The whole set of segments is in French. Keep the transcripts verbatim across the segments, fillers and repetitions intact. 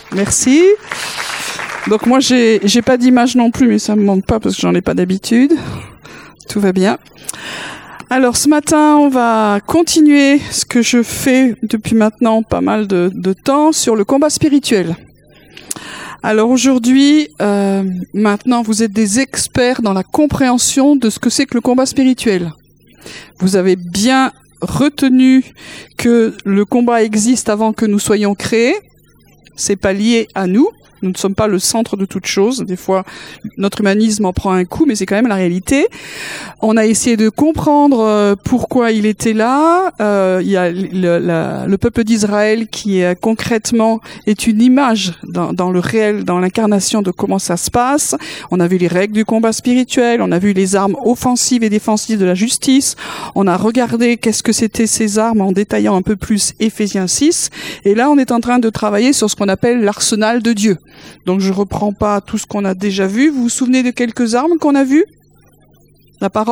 Merci. Donc moi, j'ai, j'ai pas d'image non plus, mais ça me manque pas parce que j'en ai pas d'habitude. Tout va bien. Alors ce matin, on va continuer ce que je fais depuis maintenant pas mal de, de temps sur le combat spirituel. Alors aujourd'hui, euh, maintenant, vous êtes des experts dans la compréhension de ce que c'est que le combat spirituel. Vous avez bien retenu que le combat existe avant que nous soyons créés. C'est pas lié à nous. Nous ne sommes pas le centre de toute chose. Des fois, notre humanisme en prend un coup, mais c'est quand même la réalité. On a essayé de comprendre euh, pourquoi il était là. Euh, il y a le, la, le peuple d'Israël qui euh, concrètement est une image dans, dans le réel, dans l'incarnation de comment ça se passe. On a vu les règles du combat spirituel. On a vu les armes offensives et défensives de la justice. On a regardé qu'est-ce que c'était ces armes en détaillant un peu plus Éphésiens six. Et là, on est en train de travailler sur ce qu'on appelle l'arsenal de Dieu. Donc je reprends pas tout ce qu'on a déjà vu. Vous vous souvenez de quelques armes qu'on a vues ? La parole ?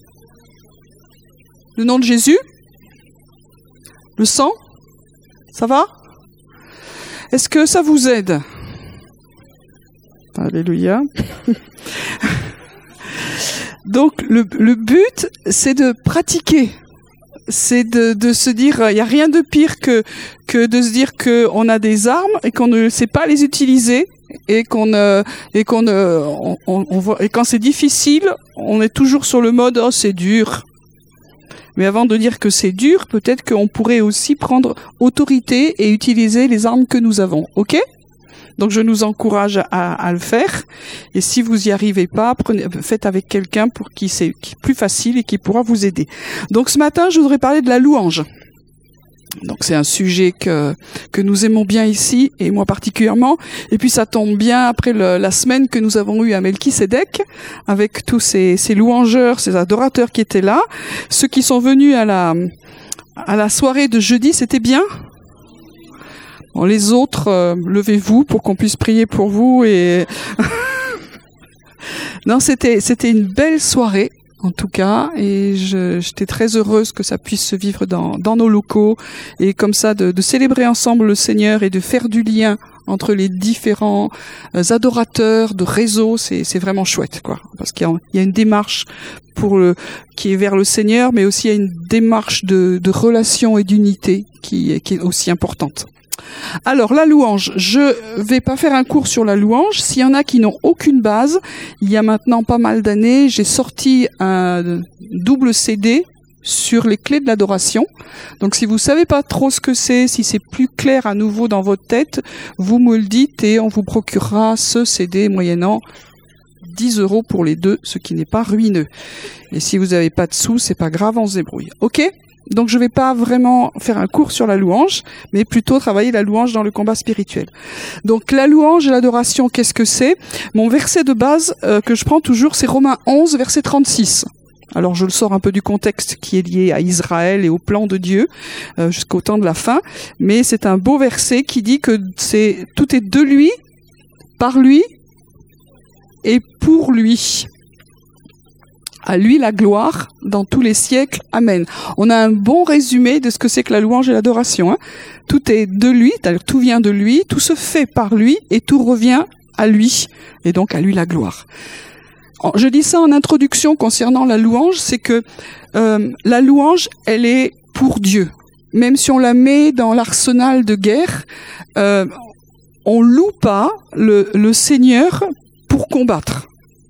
Le nom de Jésus ? Le sang ? Ça va ? Est-ce que ça vous aide ? Alléluia. Donc le, le but, c'est de pratiquer. C'est de, de se dire, il n'y a rien de pire que que de se dire que on a des armes et qu'on ne sait pas les utiliser et qu'on euh, et qu'on euh, on, on, on voit et quand c'est difficile, on est toujours sur le mode oh c'est dur. Mais avant de dire que c'est dur, peut-être qu'on pourrait aussi prendre autorité et utiliser les armes que nous avons. Ok ? Donc je nous encourage à, à le faire. Et si vous y arrivez pas, prenez, faites avec quelqu'un pour qui c'est qui est plus facile et qui pourra vous aider. Donc ce matin, je voudrais parler de la louange. Donc c'est un sujet que que nous aimons bien ici et moi particulièrement. Et puis ça tombe bien après le, la semaine que nous avons eue à Melchisédek avec tous ces, ces louangeurs, ces adorateurs qui étaient là. Ceux qui sont venus à la à la soirée de jeudi, c'était bien. Bon, les autres, euh, levez-vous pour qu'on puisse prier pour vous. Et non, c'était c'était une belle soirée en tout cas, et je, j'étais très heureuse que ça puisse se vivre dans dans nos locaux et comme ça de, de célébrer ensemble le Seigneur et de faire du lien entre les différents adorateurs de réseau. C'est c'est vraiment chouette, quoi, parce qu'il y a, il y a une démarche pour le qui est vers le Seigneur, mais aussi il y a une démarche de de relation et d'unité qui qui est aussi importante. Alors, la louange, je vais pas faire un cours sur la louange. S'il y en a qui n'ont aucune base, il y a maintenant pas mal d'années, j'ai sorti un double C D sur les clés de l'adoration. Donc, si vous savez pas trop ce que c'est, si c'est plus clair à nouveau dans votre tête, vous me le dites et on vous procurera ce C D moyennant dix euros pour les deux, ce qui n'est pas ruineux. Et si vous n'avez pas de sous, c'est pas grave, on se débrouille. Ok ? Donc je vais pas vraiment faire un cours sur la louange, mais plutôt travailler la louange dans le combat spirituel. Donc la louange et l'adoration, qu'est-ce que c'est ? Mon verset de base euh, que je prends toujours, c'est Romains onze, verset trente-six. Alors je le sors un peu du contexte qui est lié à Israël et au plan de Dieu euh, jusqu'au temps de la fin, mais c'est un beau verset qui dit que c'est tout est de lui, par lui et pour lui. À lui la gloire dans tous les siècles. Amen. On a un bon résumé de ce que c'est que la louange et l'adoration. Hein. Tout est de lui, c'est-à-dire tout vient de lui, tout se fait par lui et tout revient à lui. Et donc à lui la gloire. Je dis ça en introduction concernant la louange, c'est que euh, la louange, elle est pour Dieu. Même si on la met dans l'arsenal de guerre, euh, on loue pas le, le Seigneur pour combattre.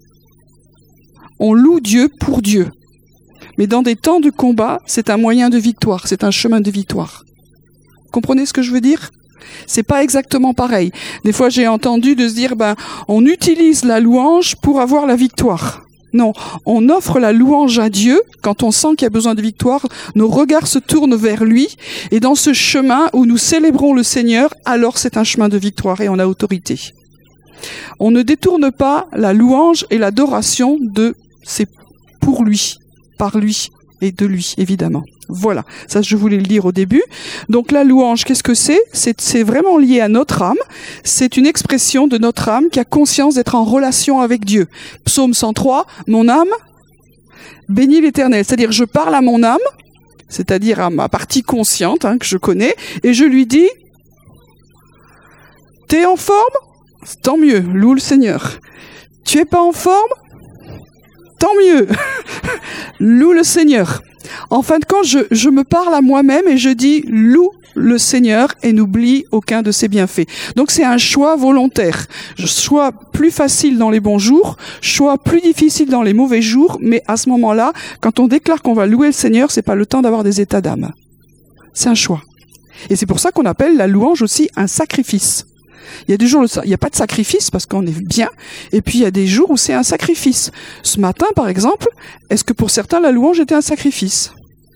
On loue Dieu pour Dieu. Mais dans des temps de combat, c'est un moyen de victoire, c'est un chemin de victoire. Comprenez ce que je veux dire ? C'est pas exactement pareil. Des fois, j'ai entendu de se dire, ben, on utilise la louange pour avoir la victoire. Non, on offre la louange à Dieu quand on sent qu'il y a besoin de victoire. Nos regards se tournent vers lui. Et dans ce chemin où nous célébrons le Seigneur, alors c'est un chemin de victoire et on a autorité. On ne détourne pas la louange et l'adoration de c'est pour lui, par lui et de lui, évidemment. Voilà, ça je voulais le dire au début. Donc la louange, qu'est-ce que c'est ? C'est, c'est vraiment lié à notre âme. C'est une expression de notre âme qui a conscience d'être en relation avec Dieu. Psaume cent trois, mon âme bénit l'Éternel. C'est-à-dire je parle à mon âme, c'est-à-dire à ma partie consciente hein, que je connais, et je lui dis T'es en forme? Tant mieux, loue le Seigneur. Tu es pas en forme? Tant mieux, loue le Seigneur. En fin de compte, je, je me parle à moi-même et je dis loue le Seigneur et n'oublie aucun de ses bienfaits. Donc c'est un choix volontaire. Choix plus facile dans les bons jours, choix plus difficile dans les mauvais jours, mais à ce moment-là, quand on déclare qu'on va louer le Seigneur, c'est pas le temps d'avoir des états d'âme. C'est un choix. Et c'est pour ça qu'on appelle la louange aussi un sacrifice. Il y a des jours où il n'y a pas de sacrifice parce qu'on est bien, et puis il y a des jours où c'est un sacrifice. Ce matin, par exemple, est-ce que pour certains la louange était un sacrifice?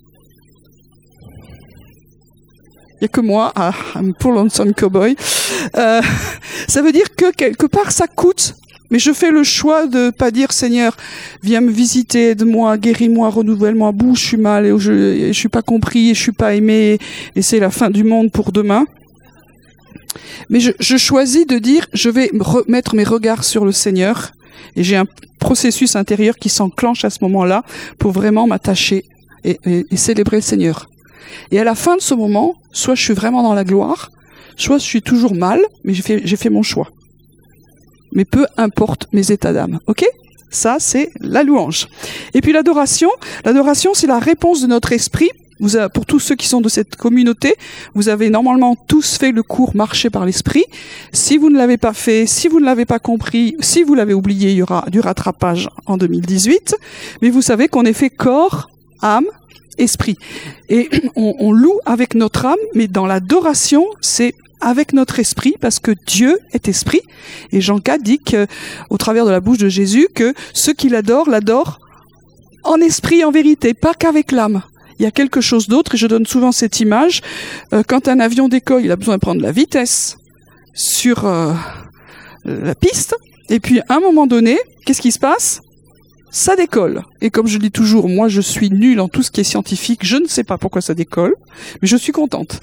Il n'y a que moi, ah, I'm poor lonesome cowboy. Euh, ça veut dire que quelque part ça coûte, mais je fais le choix de pas dire Seigneur, viens me visiter, aide-moi, guéris-moi, renouvelle-moi, bouge, je suis mal, et je, je suis pas compris, et je suis pas aimé, et c'est la fin du monde pour demain. Mais je, je choisis de dire, je vais remettre mes regards sur le Seigneur, et j'ai un processus intérieur qui s'enclenche à ce moment-là pour vraiment m'attacher et, et, et célébrer le Seigneur. Et à la fin de ce moment, soit je suis vraiment dans la gloire, soit je suis toujours mal, mais j'ai fait, j'ai fait mon choix. Mais peu importe mes états d'âme, ok ? Ça, c'est la louange. Et puis l'adoration, l'adoration, c'est la réponse de notre esprit. Vous avez, pour tous ceux qui sont de cette communauté, vous avez normalement tous fait le cours Marcher par l'Esprit. Si vous ne l'avez pas fait, si vous ne l'avez pas compris, si vous l'avez oublié, il y aura du rattrapage en deux mille dix-huit. Mais vous savez qu'on est fait corps, âme, esprit. Et on, on loue avec notre âme, mais dans l'adoration, c'est avec notre esprit, parce que Dieu est esprit. Et Jean quatre dit que, au travers de la bouche de Jésus, que ceux qui l'adorent, l'adorent en esprit, en vérité, pas qu'avec l'âme. Il y a quelque chose d'autre, et je donne souvent cette image. Euh, quand un avion décolle, il a besoin de prendre la vitesse sur euh, la piste, et puis à un moment donné, qu'est-ce qui se passe ? Ça décolle. Et comme je dis toujours, moi je suis nulle en tout ce qui est scientifique, je ne sais pas pourquoi ça décolle, mais je suis contente.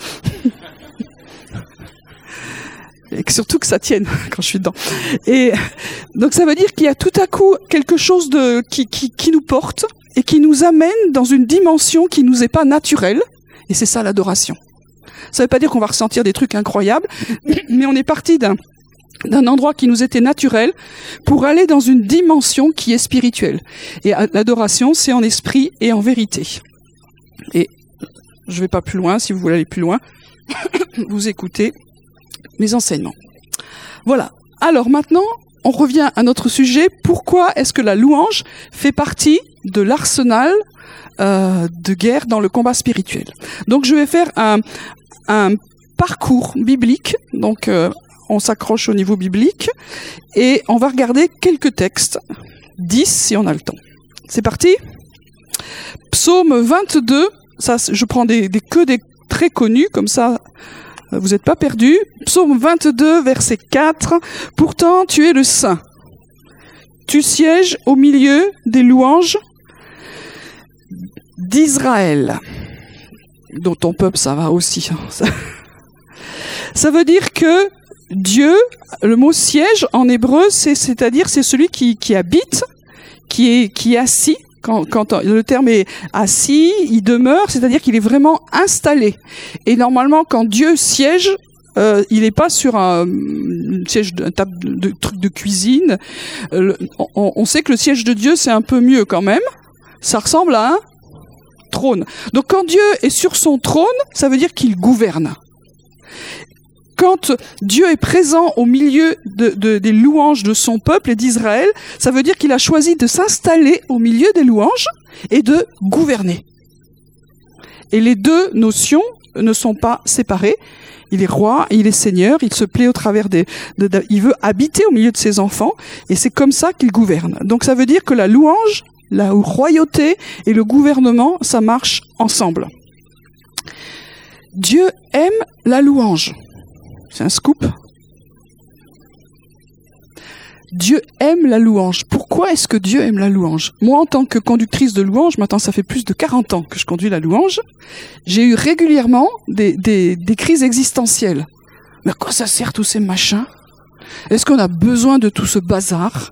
Et surtout que ça tienne quand je suis dedans. Et donc ça veut dire qu'il y a tout à coup quelque chose de qui, qui, qui nous porte et qui nous amène dans une dimension qui nous est pas naturelle. Et c'est ça l'adoration. Ça veut pas dire qu'on va ressentir des trucs incroyables, mais on est parti d'un d'un endroit qui nous était naturel pour aller dans une dimension qui est spirituelle. Et l'adoration, c'est en esprit et en vérité. Et je vais pas plus loin, si vous voulez aller plus loin, vous écoutez mes enseignements. Voilà. Alors maintenant, on revient à notre sujet. Pourquoi est-ce que la louange fait partie de l'arsenal euh, de guerre dans le combat spirituel? Donc je vais faire un, un parcours biblique. Donc euh, on s'accroche au niveau biblique et on va regarder quelques textes, dix si on a le temps. C'est parti. Psaume vingt-deux. Ça, je prends des, des que des très connus, comme ça. Vous n'êtes pas perdus. Psaume vingt-deux, verset quatre. Pourtant, tu es le Saint. Tu sièges au milieu des louanges d'Israël. Dont ton peuple, ça va aussi. Ça veut dire que Dieu, le mot siège en hébreu, c'est, c'est-à-dire c'est celui qui, qui habite, qui est, qui est assis. Quand, quand le terme est assis, il demeure, c'est-à-dire qu'il est vraiment installé. Et normalement, quand Dieu siège, euh, il n'est pas sur un, un siège, un table de, de truc de cuisine. Euh, le, on, on sait que le siège de Dieu, c'est un peu mieux quand même. Ça ressemble à un trône. Donc quand Dieu est sur son trône, ça veut dire qu'il gouverne. Quand Dieu est présent au milieu de, de, des louanges de son peuple et d'Israël, ça veut dire qu'il a choisi de s'installer au milieu des louanges et de gouverner. Et les deux notions ne sont pas séparées. Il est roi, il est seigneur, il se plaît au travers des... De, de, il veut habiter au milieu de ses enfants, et c'est comme ça qu'il gouverne. Donc ça veut dire que la louange, la royauté et le gouvernement, ça marche ensemble. Dieu aime la louange. C'est un scoop. Dieu aime la louange. Pourquoi est-ce que Dieu aime la louange? Moi, en tant que conductrice de louange, maintenant ça fait plus de quarante ans que je conduis la louange, j'ai eu régulièrement des, des, des crises existentielles. Mais à quoi ça sert tous ces machins? Est-ce qu'on a besoin de tout ce bazar?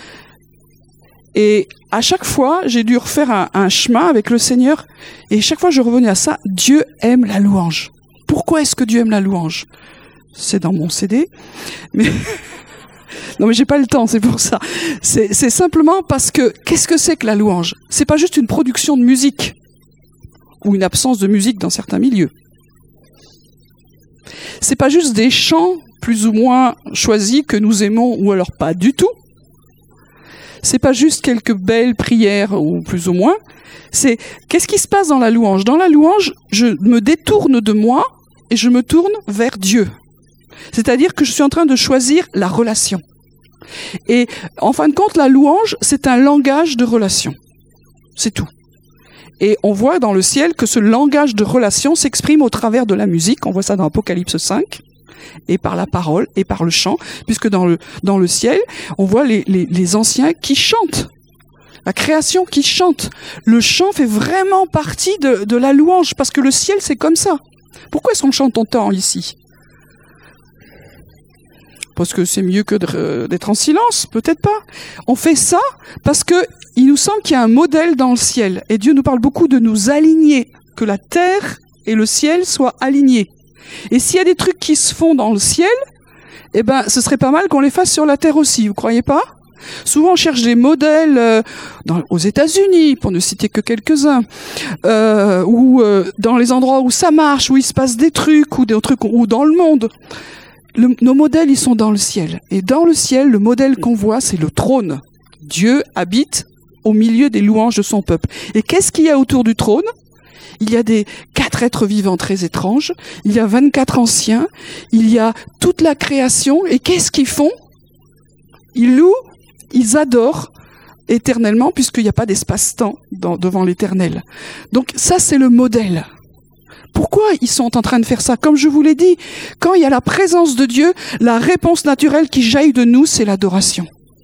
Et à chaque fois, j'ai dû refaire un, un chemin avec le Seigneur, et chaque fois je revenais à ça. Dieu aime la louange. Pourquoi est-ce que Dieu aime la louange? c'est dans mon C D. Mais non, mais j'ai pas le temps, c'est pour ça. C'est, c'est simplement parce que qu'est-ce que c'est que la louange ? C'est pas juste une production de musique ou une absence de musique dans certains milieux. C'est pas juste des chants plus ou moins choisis que nous aimons ou alors pas du tout. C'est pas juste quelques belles prières ou plus ou moins. C'est qu'est-ce qui se passe dans la louange ? Dans la louange, je me détourne de moi et je me tourne vers Dieu. C'est-à-dire que je suis en train de choisir la relation. Et en fin de compte, la louange, c'est un langage de relation. C'est tout. Et on voit dans le ciel que ce langage de relation s'exprime au travers de la musique. On voit ça dans Apocalypse cinq, et par la parole, et par le chant, puisque dans le, dans le ciel, on voit les, les, les anciens qui chantent. La création qui chante. Le chant fait vraiment partie de, de la louange, parce que le ciel, c'est comme ça. Pourquoi est-ce qu'on chante autant ici ? Parce que c'est mieux que d'être en silence, peut-être pas. On fait ça parce que il nous semble qu'il y a un modèle dans le ciel. Et Dieu nous parle beaucoup de nous aligner, que la terre et le ciel soient alignés. Et s'il y a des trucs qui se font dans le ciel, eh ben, ce serait pas mal qu'on les fasse sur la terre aussi, vous croyez pas ? Souvent, on cherche des modèles euh, dans, aux États-Unis, pour ne citer que quelques-uns, euh, ou euh, dans les endroits où ça marche, où il se passe des trucs, ou des trucs, ou dans le monde. Le, nos modèles, ils sont dans le ciel. Et dans le ciel, le modèle qu'on voit, c'est le trône. Dieu habite au milieu des louanges de son peuple. Et qu'est-ce qu'il y a autour du trône ? Il y a des quatre êtres vivants très étranges. Il y a vingt-quatre anciens. Il y a toute la création. Et qu'est-ce qu'ils font ? Ils louent, ils adorent éternellement, puisqu'il n'y a pas d'espace-temps dans, devant l'éternel. Donc ça, c'est le modèle. Pourquoi ils sont en train de faire ça ? Comme je vous l'ai dit, quand il y a la présence de Dieu, la réponse naturelle qui jaillit de nous, c'est l'adoration.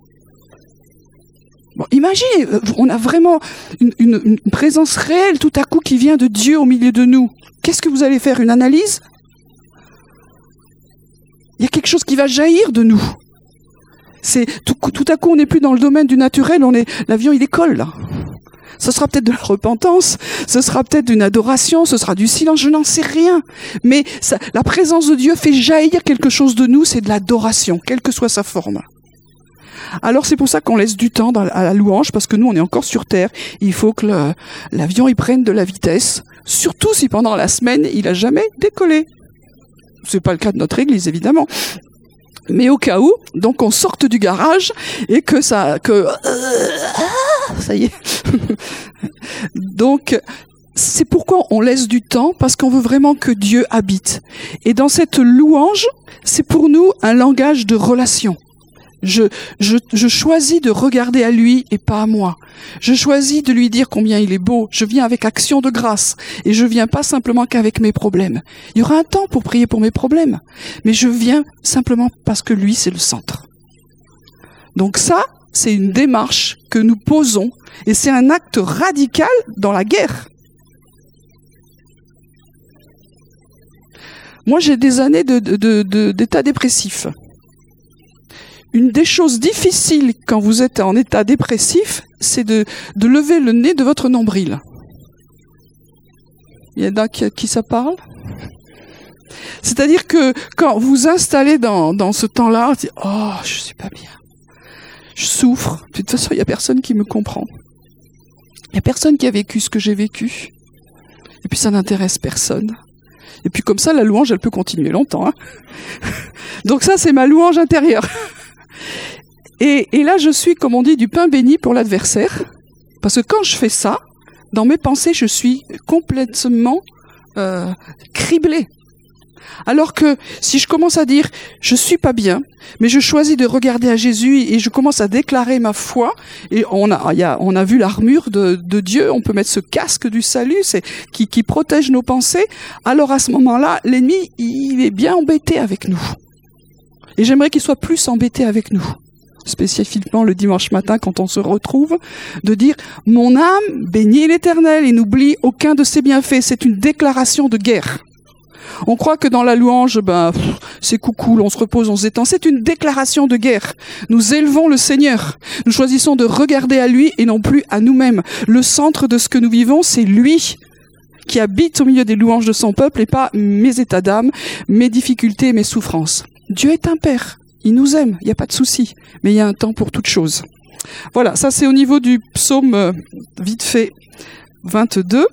Bon, imaginez, on a vraiment une, une, une présence réelle tout à coup qui vient de Dieu au milieu de nous. Qu'est-ce que vous allez faire ? Une analyse ? Il y a quelque chose qui va jaillir de nous. C'est tout, tout à coup, on n'est plus dans le domaine du naturel, on est, l'avion il décolle là. Ce sera peut-être de la repentance, ce sera peut-être d'une adoration, ce sera du silence, je n'en sais rien. Mais ça, la présence de Dieu fait jaillir quelque chose de nous, c'est de l'adoration, quelle que soit sa forme. Alors c'est pour ça qu'on laisse du temps dans, à la louange, parce que nous on est encore sur terre, il faut que le, l'avion il prenne de la vitesse, surtout si pendant la semaine il a jamais décollé. C'est pas le cas de notre église évidemment. Mais au cas où, donc on sorte du garage et que ça, que ça y est. Donc c'est pourquoi on laisse du temps, parce qu'on veut vraiment que Dieu habite. Et dans cette louange, c'est pour nous un langage de relation. Je, je, je choisis de regarder à lui et pas à moi. Je choisis de lui dire combien il est beau. Je viens avec action de grâce. Et je viens pas simplement qu'avec mes problèmes. Il y aura un temps pour prier pour mes problèmes. Mais je viens simplement parce que lui, c'est le centre. Donc ça, c'est une démarche que nous posons. Et c'est un acte radical dans la guerre. Moi, j'ai des années de, de, de, de, d'état dépressif. Une des choses difficiles quand vous êtes en état dépressif, c'est de, de lever le nez de votre nombril. Il y en a qui, qui ça parle ? C'est-à-dire que quand vous vous installez dans, dans ce temps-là, vous dites « Oh, je suis pas bien. Je souffre. De toute façon, il n'y a personne qui me comprend. Il n'y a personne qui a vécu ce que j'ai vécu. Et puis ça n'intéresse personne. » Et puis comme ça, la louange, elle peut continuer longtemps. Hein. Donc ça, c'est ma louange intérieure. Et, et là, je suis, comme on dit, du pain béni pour l'adversaire. Parce que quand je fais ça, dans mes pensées, je suis complètement euh, criblée. Alors que si je commence à dire « je suis pas bien », mais je choisis de regarder à Jésus et je commence à déclarer ma foi, et on a, y a, on a vu l'armure de, de Dieu, on peut mettre ce casque du salut c'est, qui, qui protège nos pensées, alors à ce moment-là, l'ennemi, il est bien embêté avec nous. Et j'aimerais qu'il soit plus embêté avec nous, spécifiquement le dimanche matin quand on se retrouve, de dire « Mon âme bénit l'Éternel et n'oublie aucun de ses bienfaits ». C'est une déclaration de guerre. On croit que dans la louange, ben, pff, c'est coucou, on se repose, on s'étend. C'est une déclaration de guerre. Nous élevons le Seigneur. Nous choisissons de regarder à lui et non plus à nous-mêmes. Le centre de ce que nous vivons, c'est lui. qui habite au milieu des louanges de son peuple et pas mes états d'âme, mes difficultés, mes souffrances. Dieu est un Père. Il nous aime, il n'y a pas de souci. Mais il y a un temps pour toute chose. Voilà, ça c'est au niveau du psaume, euh, vite fait, vingt-deux.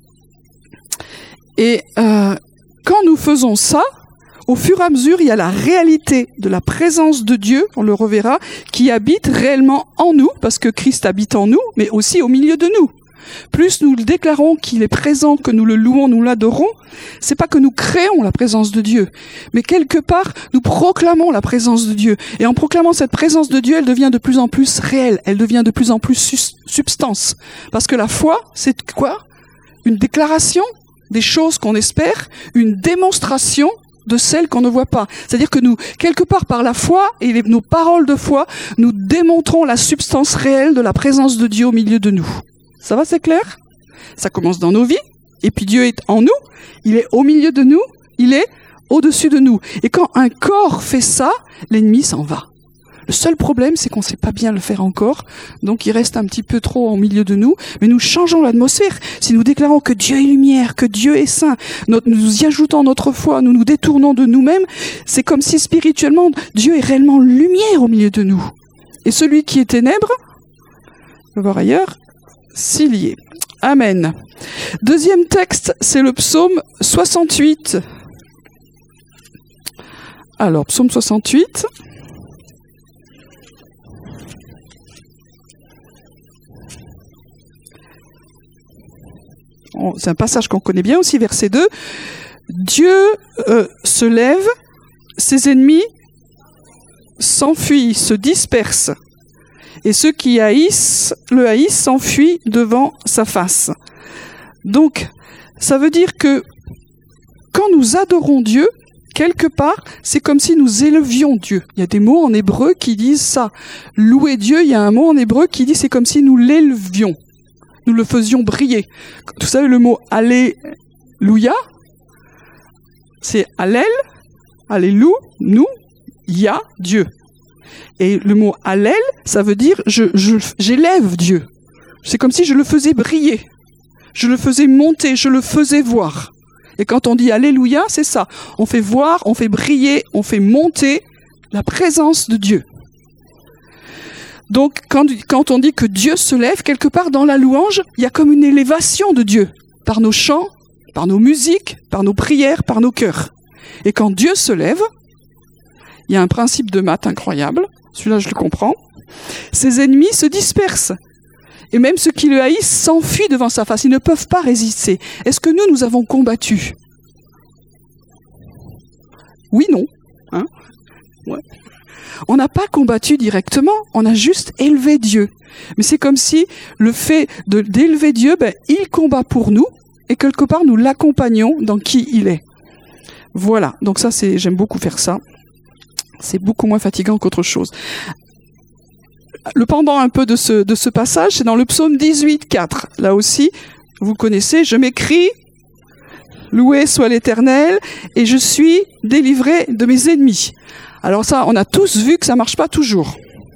Et euh, quand nous faisons ça, au fur et à mesure, il y a la réalité de la présence de Dieu, on le reverra, qui habite réellement en nous, parce que Christ habite en nous, mais aussi au milieu de nous. Plus nous le déclarons qu'il est présent, que nous le louons, nous l'adorons, c'est pas que nous créons la présence de Dieu, mais quelque part, nous proclamons la présence de Dieu. Et en proclamant cette présence de Dieu, elle devient de plus en plus réelle, elle devient de plus en plus sus- substance. Parce que la foi, c'est quoi? Une déclaration des choses qu'on espère, une démonstration de celles qu'on ne voit pas. C'est-à-dire que nous, quelque part par la foi et les, nos paroles de foi, nous démontrons la substance réelle de la présence de Dieu au milieu de nous. Ça va, c'est clair? Ça commence dans nos vies, et puis Dieu est en nous, il est au milieu de nous, il est au-dessus de nous. Et quand un corps fait ça, l'ennemi s'en va. Le seul problème, c'est qu'on ne sait pas bien le faire encore, donc il reste un petit peu trop au milieu de nous, mais nous changeons l'atmosphère. Si nous déclarons que Dieu est lumière, que Dieu est saint, notre, nous y ajoutons notre foi, nous nous détournons de nous-mêmes, c'est comme si spirituellement, Dieu est réellement lumière au milieu de nous. Et celui qui est ténèbres, on va voir ailleurs, s'il y est. Amen. Deuxième texte, c'est le psaume soixante-huit. Alors, psaume soixante-huit. C'est un passage qu'on connaît bien aussi, verset deux. Dieu euh, se lève, ses ennemis s'enfuient, se dispersent. Et ceux qui haïssent, le haïssent s'enfuient devant sa face. Donc, ça veut dire que quand nous adorons Dieu, quelque part, c'est comme si nous élevions Dieu. Il y a des mots en hébreu qui disent ça. Louer Dieu, il y a un mot en hébreu qui dit c'est comme si nous l'élevions. Nous le faisions briller. Vous savez, le mot « Alléluia », c'est « Allel »,« Allélu »,« nous »,« Ya »,« Dieu ». Et le mot « Allel », ça veut dire je, je, j'élève Dieu. C'est comme si je le faisais briller. Je le faisais monter, je le faisais voir. Et quand on dit « Alléluia », c'est ça. On fait voir, on fait briller, on fait monter la présence de Dieu. Donc, quand, quand on dit que Dieu se lève, quelque part dans la louange, il y a comme une élévation de Dieu, par nos chants, par nos musiques, par nos prières, par nos cœurs. Et quand Dieu se lève, il y a un principe de maths incroyable, celui-là je le comprends, ses ennemis se dispersent. Et même ceux qui le haïssent s'enfuient devant sa face, ils ne peuvent pas résister. Est-ce que nous, nous avons combattu? Oui, non. Hein? Ouais. On n'a pas combattu directement, on a juste élevé Dieu. Mais c'est comme si le fait de, d'élever Dieu, ben, il combat pour nous, et quelque part nous l'accompagnons dans qui il est. Voilà, donc ça, c'est, j'aime beaucoup faire ça. C'est beaucoup moins fatigant qu'autre chose. Le pendant un peu de ce, de ce passage, c'est dans le psaume dix-huit, quatre. Là aussi, vous connaissez, je m'écris, loué soit l'Éternel, et je suis délivré de mes ennemis. Alors ça, on a tous vu que ça marche pas toujours.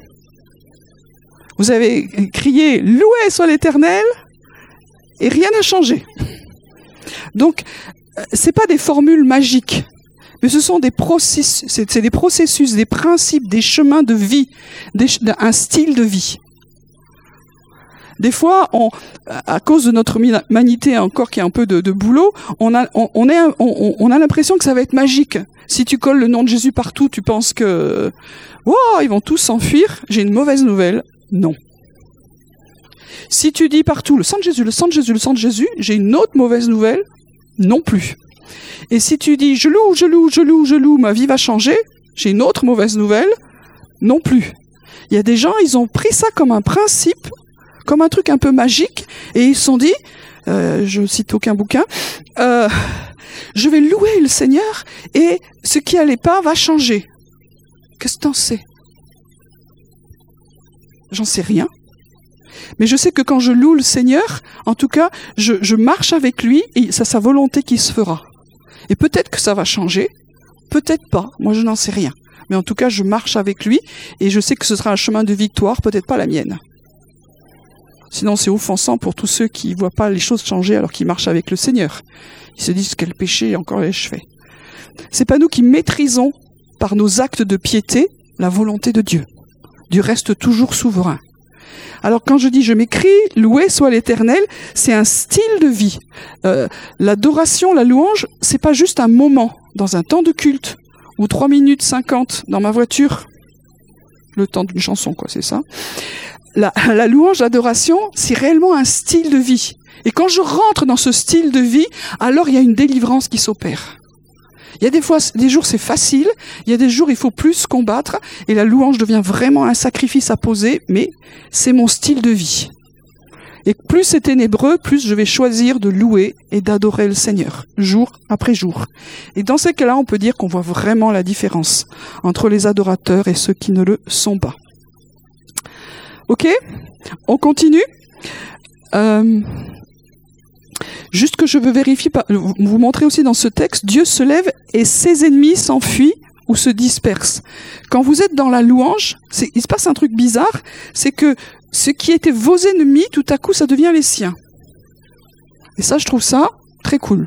Vous avez crié « Loué soit l'Éternel » et rien n'a changé. Donc, c'est pas des formules magiques, mais ce sont des processus, c'est, c'est des processus, des principes, des chemins de vie, des, un style de vie. Des fois, on, à cause de notre humanité encore qui a un peu de, de boulot, on a, on, on, est, on, on a l'impression que ça va être magique. Si tu colles le nom de Jésus partout, tu penses que wow, ils vont tous s'enfuir. J'ai une mauvaise nouvelle. Non. Si tu dis partout le sang de Jésus, le sang de Jésus, le sang de Jésus, j'ai une autre mauvaise nouvelle. Non plus. Et si tu dis je loue, je loue, je loue, je loue, ma vie va changer, j'ai une autre mauvaise nouvelle. Non plus. Il y a des gens, ils ont pris ça comme un principe, comme un truc un peu magique, et ils se sont dit, euh, je cite aucun bouquin, euh, je vais louer le Seigneur et ce qui allait pas va changer. Qu'est-ce que t'en sais? J'en sais rien. Mais je sais que quand je loue le Seigneur, en tout cas, je, je marche avec lui et c'est sa volonté qui se fera. Et peut-être que ça va changer, peut-être pas. Moi, je n'en sais rien. Mais en tout cas, je marche avec lui et je sais que ce sera un chemin de victoire, peut-être pas la mienne. Sinon, c'est offensant pour tous ceux qui ne voient pas les choses changer alors qu'ils marchent avec le Seigneur. Ils se disent quel péché encore l'ai-je fait. C'est pas nous qui maîtrisons par nos actes de piété la volonté de Dieu. Dieu reste toujours souverain. Alors quand je dis je m'écris, loué soit l'Éternel, c'est un style de vie. Euh, l'adoration, la louange, c'est pas juste un moment dans un temps de culte ou trois minutes cinquante dans ma voiture. Le temps d'une chanson, quoi, c'est ça. La, la louange, l'adoration, c'est réellement un style de vie. Et quand je rentre dans ce style de vie, alors il y a une délivrance qui s'opère. Il y a des fois, des jours c'est facile, il y a des jours il faut plus combattre, et la louange devient vraiment un sacrifice à poser, mais c'est mon style de vie. Et plus c'est ténébreux, plus je vais choisir de louer et d'adorer le Seigneur, jour après jour. Et dans ces cas-là, on peut dire qu'on voit vraiment la différence entre les adorateurs et ceux qui ne le sont pas. Ok, on continue. Euh, juste que je veux vérifier, vous montrer aussi dans ce texte, Dieu se lève et ses ennemis s'enfuient ou se dispersent. Quand vous êtes dans la louange, c'est, il se passe un truc bizarre, c'est que ce qui étaient vos ennemis, tout à coup, ça devient les siens. Et ça, je trouve ça très cool.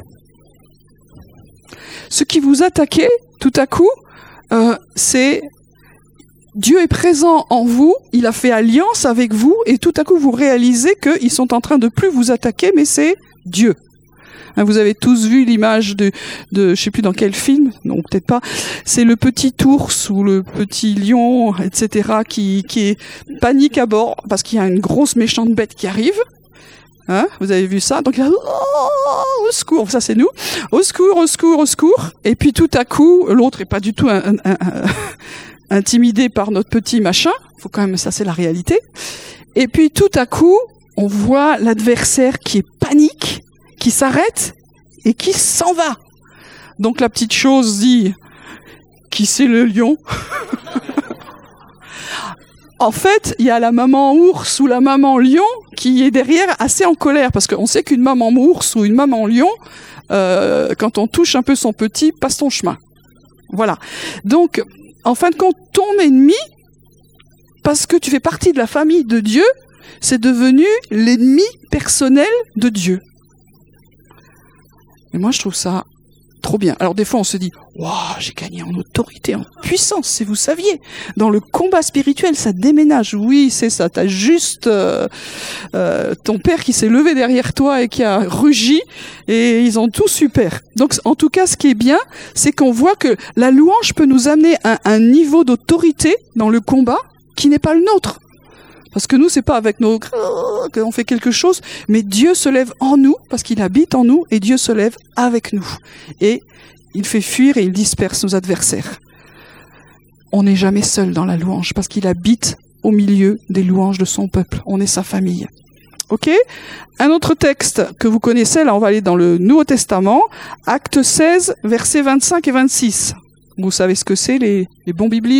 Ce qui vous attaquait, tout à coup, euh, c'est Dieu est présent en vous, il a fait alliance avec vous, et tout à coup vous réalisez qu'ils sont en train de plus vous attaquer, mais c'est Dieu. Hein, vous avez tous vu l'image de, de, je sais plus dans quel film, non peut-être pas, c'est le petit ours ou le petit lion, et cetera, qui, qui est panique à bord, parce qu'il y a une grosse méchante bête qui arrive. Hein, vous avez vu ça? Donc, il a, oh, au secours, ça c'est nous. Au secours, au secours, au secours. Et puis tout à coup, l'autre est pas du tout un, un, un, un intimidé par notre petit machin, faut quand même, ça c'est la réalité. Et puis tout à coup, on voit l'adversaire qui est panique, qui s'arrête et qui s'en va. Donc la petite chose dit, qui c'est le lion? En fait, il y a la maman ours ou la maman lion qui est derrière assez en colère, parce qu'on sait qu'une maman ours ou une maman lion, euh, quand on touche un peu son petit, passe ton chemin. Voilà. Donc, en fin de compte, ton ennemi, parce que tu fais partie de la famille de Dieu, c'est devenu l'ennemi personnel de Dieu. Et moi, je trouve ça trop bien. Alors, des fois, on se dit, waouh, j'ai gagné en autorité, en puissance, si vous saviez. Dans le combat spirituel, ça déménage. Oui, c'est ça. T'as juste euh, euh, ton père qui s'est levé derrière toi et qui a rugi, et ils ont tout super. Donc, en tout cas, ce qui est bien, c'est qu'on voit que la louange peut nous amener à un niveau d'autorité dans le combat qui n'est pas le nôtre. Parce que nous, c'est pas avec nos qu'on fait quelque chose, mais Dieu se lève en nous, parce qu'il habite en nous, et Dieu se lève avec nous. Et il fait fuir et il disperse nos adversaires. On n'est jamais seul dans la louange, parce qu'il habite au milieu des louanges de son peuple. On est sa famille. Ok ? Un autre texte que vous connaissez, là on va aller dans le Nouveau Testament, Acte seize, versets vingt-cinq et vingt-six. Vous savez ce que c'est, les, les bons biblistes ?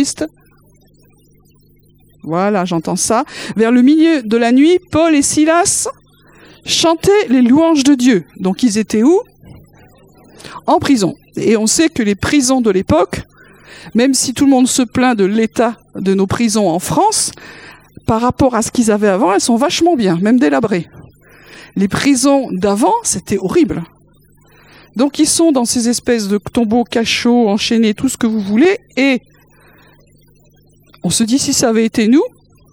Voilà, j'entends ça. Vers le milieu de la nuit, Paul et Silas chantaient les louanges de Dieu. Donc ils étaient où ? En prison. Et on sait que les prisons de l'époque, même si tout le monde se plaint de l'état de nos prisons en France, par rapport à ce qu'ils avaient avant, elles sont vachement bien, même délabrées. Les prisons d'avant, c'était horrible. Donc ils sont dans ces espèces de tombeaux cachots, enchaînés, tout ce que vous voulez, et on se dit si ça avait été nous,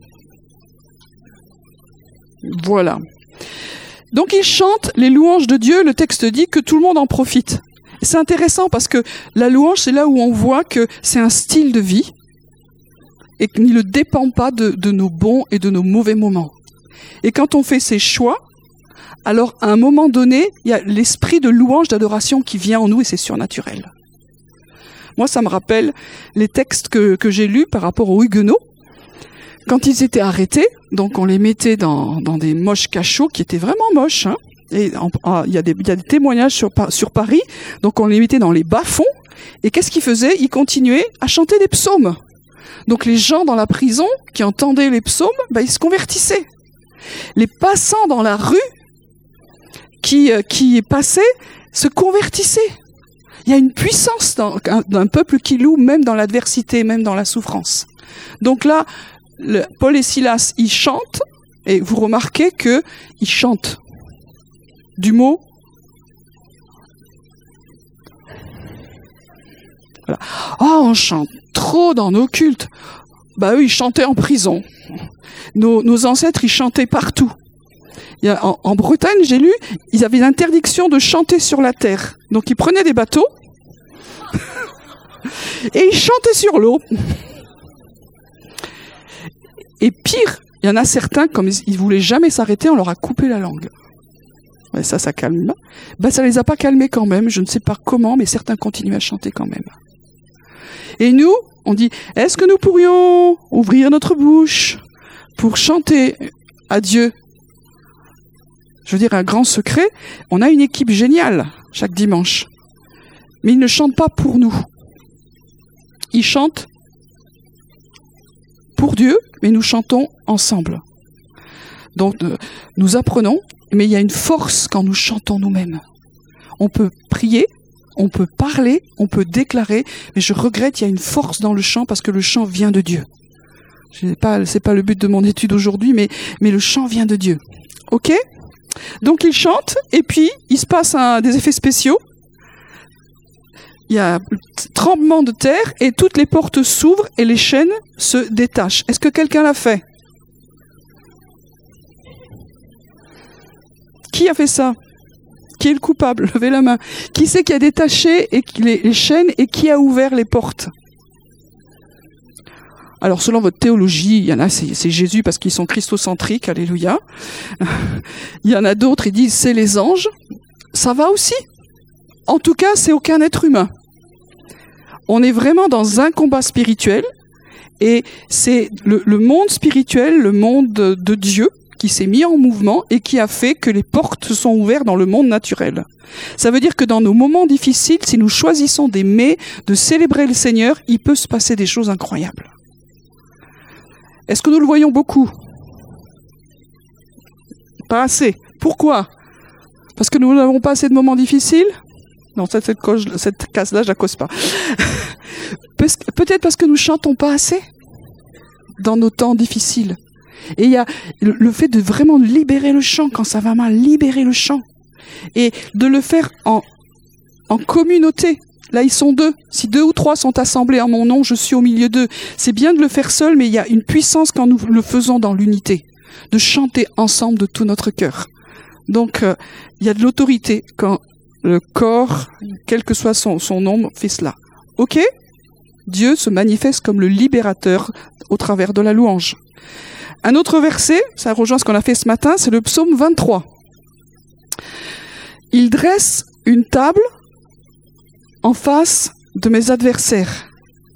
voilà. Donc ils chantent les louanges de Dieu, le texte dit que tout le monde en profite. Et c'est intéressant parce que la louange, c'est là où on voit que c'est un style de vie et qu'il ne dépend pas de, de nos bons et de nos mauvais moments. Et quand on fait ces choix, alors à un moment donné, il y a l'esprit de louange, d'adoration qui vient en nous et c'est surnaturel. Moi, ça me rappelle les textes que, que j'ai lus par rapport aux Huguenots. Quand ils étaient arrêtés, donc on les mettait dans, dans des moches cachots qui étaient vraiment moches. Hein, et il y a des, y a des témoignages sur, sur Paris. Donc on les mettait dans les bas-fonds. Et qu'est-ce qu'ils faisaient ? Ils continuaient à chanter des psaumes. Donc les gens dans la prison qui entendaient les psaumes, ben, ils se convertissaient. Les passants dans la rue qui, qui passaient se convertissaient. Il y a une puissance dans, d'un peuple qui loue même dans l'adversité, même dans la souffrance. Donc là, le, Paul et Silas, ils chantent Et vous remarquez qu'ils chantent du mot. Voilà. Oh, on chante trop dans nos cultes. Bah eux, ils chantaient en prison. Nos, nos ancêtres, ils chantaient partout. Il y a, en, en Bretagne, j'ai lu, ils avaient l'interdiction de chanter sur la terre. Donc ils prenaient des bateaux et ils chantaient sur l'eau. Et pire, il y en a certains, comme ils voulaient jamais s'arrêter, on leur a coupé la langue. Ouais, ça, ça calme. Ben, ça les a pas calmés quand même. Je ne sais pas comment, mais certains continuent à chanter quand même. Et nous, on dit, est-ce que nous pourrions ouvrir notre bouche pour chanter à Dieu? Je veux dire, un grand secret, on a une équipe géniale chaque dimanche. Mais ils ne chantent pas pour nous. Ils chantent pour Dieu, mais nous chantons ensemble. Donc, euh, nous apprenons, mais il y a une force quand nous chantons nous-mêmes. On peut prier, on peut parler, on peut déclarer, mais je regrette, il y a une force dans le chant parce que le chant vient de Dieu. C'est pas, c'est pas le but de mon étude aujourd'hui, mais, mais le chant vient de Dieu. Ok? Donc ils chantent, et puis il se passe un, des effets spéciaux. Il y a un tremblement de terre, et toutes les portes s'ouvrent, et les chaînes se détachent. Est-ce que quelqu'un l'a fait? Qui a fait ça? Qui est le coupable? Levez la main. Qui c'est qui a détaché et qui, les, les chaînes et qui a ouvert les portes? Alors, selon votre théologie, il y en a, c'est, c'est Jésus parce qu'ils sont christocentriques, alléluia. Il y en a d'autres, ils disent c'est les anges. Ça va aussi. En tout cas, c'est aucun être humain. On est vraiment dans un combat spirituel et c'est le, le monde spirituel, le monde de, de Dieu qui s'est mis en mouvement et qui a fait que les portes se sont ouvertes dans le monde naturel. Ça veut dire que dans nos moments difficiles, si nous choisissons d'aimer, de célébrer le Seigneur, il peut se passer des choses incroyables. Est-ce que nous le voyons beaucoup? Pas assez. Pourquoi? Parce que nous n'avons pas assez de moments difficiles? Non, cette, cette, cette case-là, je la cause pas. Peut-être parce que nous chantons pas assez dans nos temps difficiles. Et il y a le fait de vraiment libérer le chant quand ça va mal, libérer le chant. Et de le faire en, en communauté. Là, ils sont deux. Si deux ou trois sont assemblés en mon nom, je suis au milieu d'eux. C'est bien de le faire seul, mais il y a une puissance quand nous le faisons dans l'unité. De chanter ensemble de tout notre cœur. Donc, euh, il y a de l'autorité quand le corps, quel que soit son, son nombre, fait cela. Ok? Dieu se manifeste comme le libérateur au travers de la louange. Un autre verset, ça rejoint ce qu'on a fait ce matin, c'est le psaume vingt-trois. Il dresse une table en face de mes adversaires.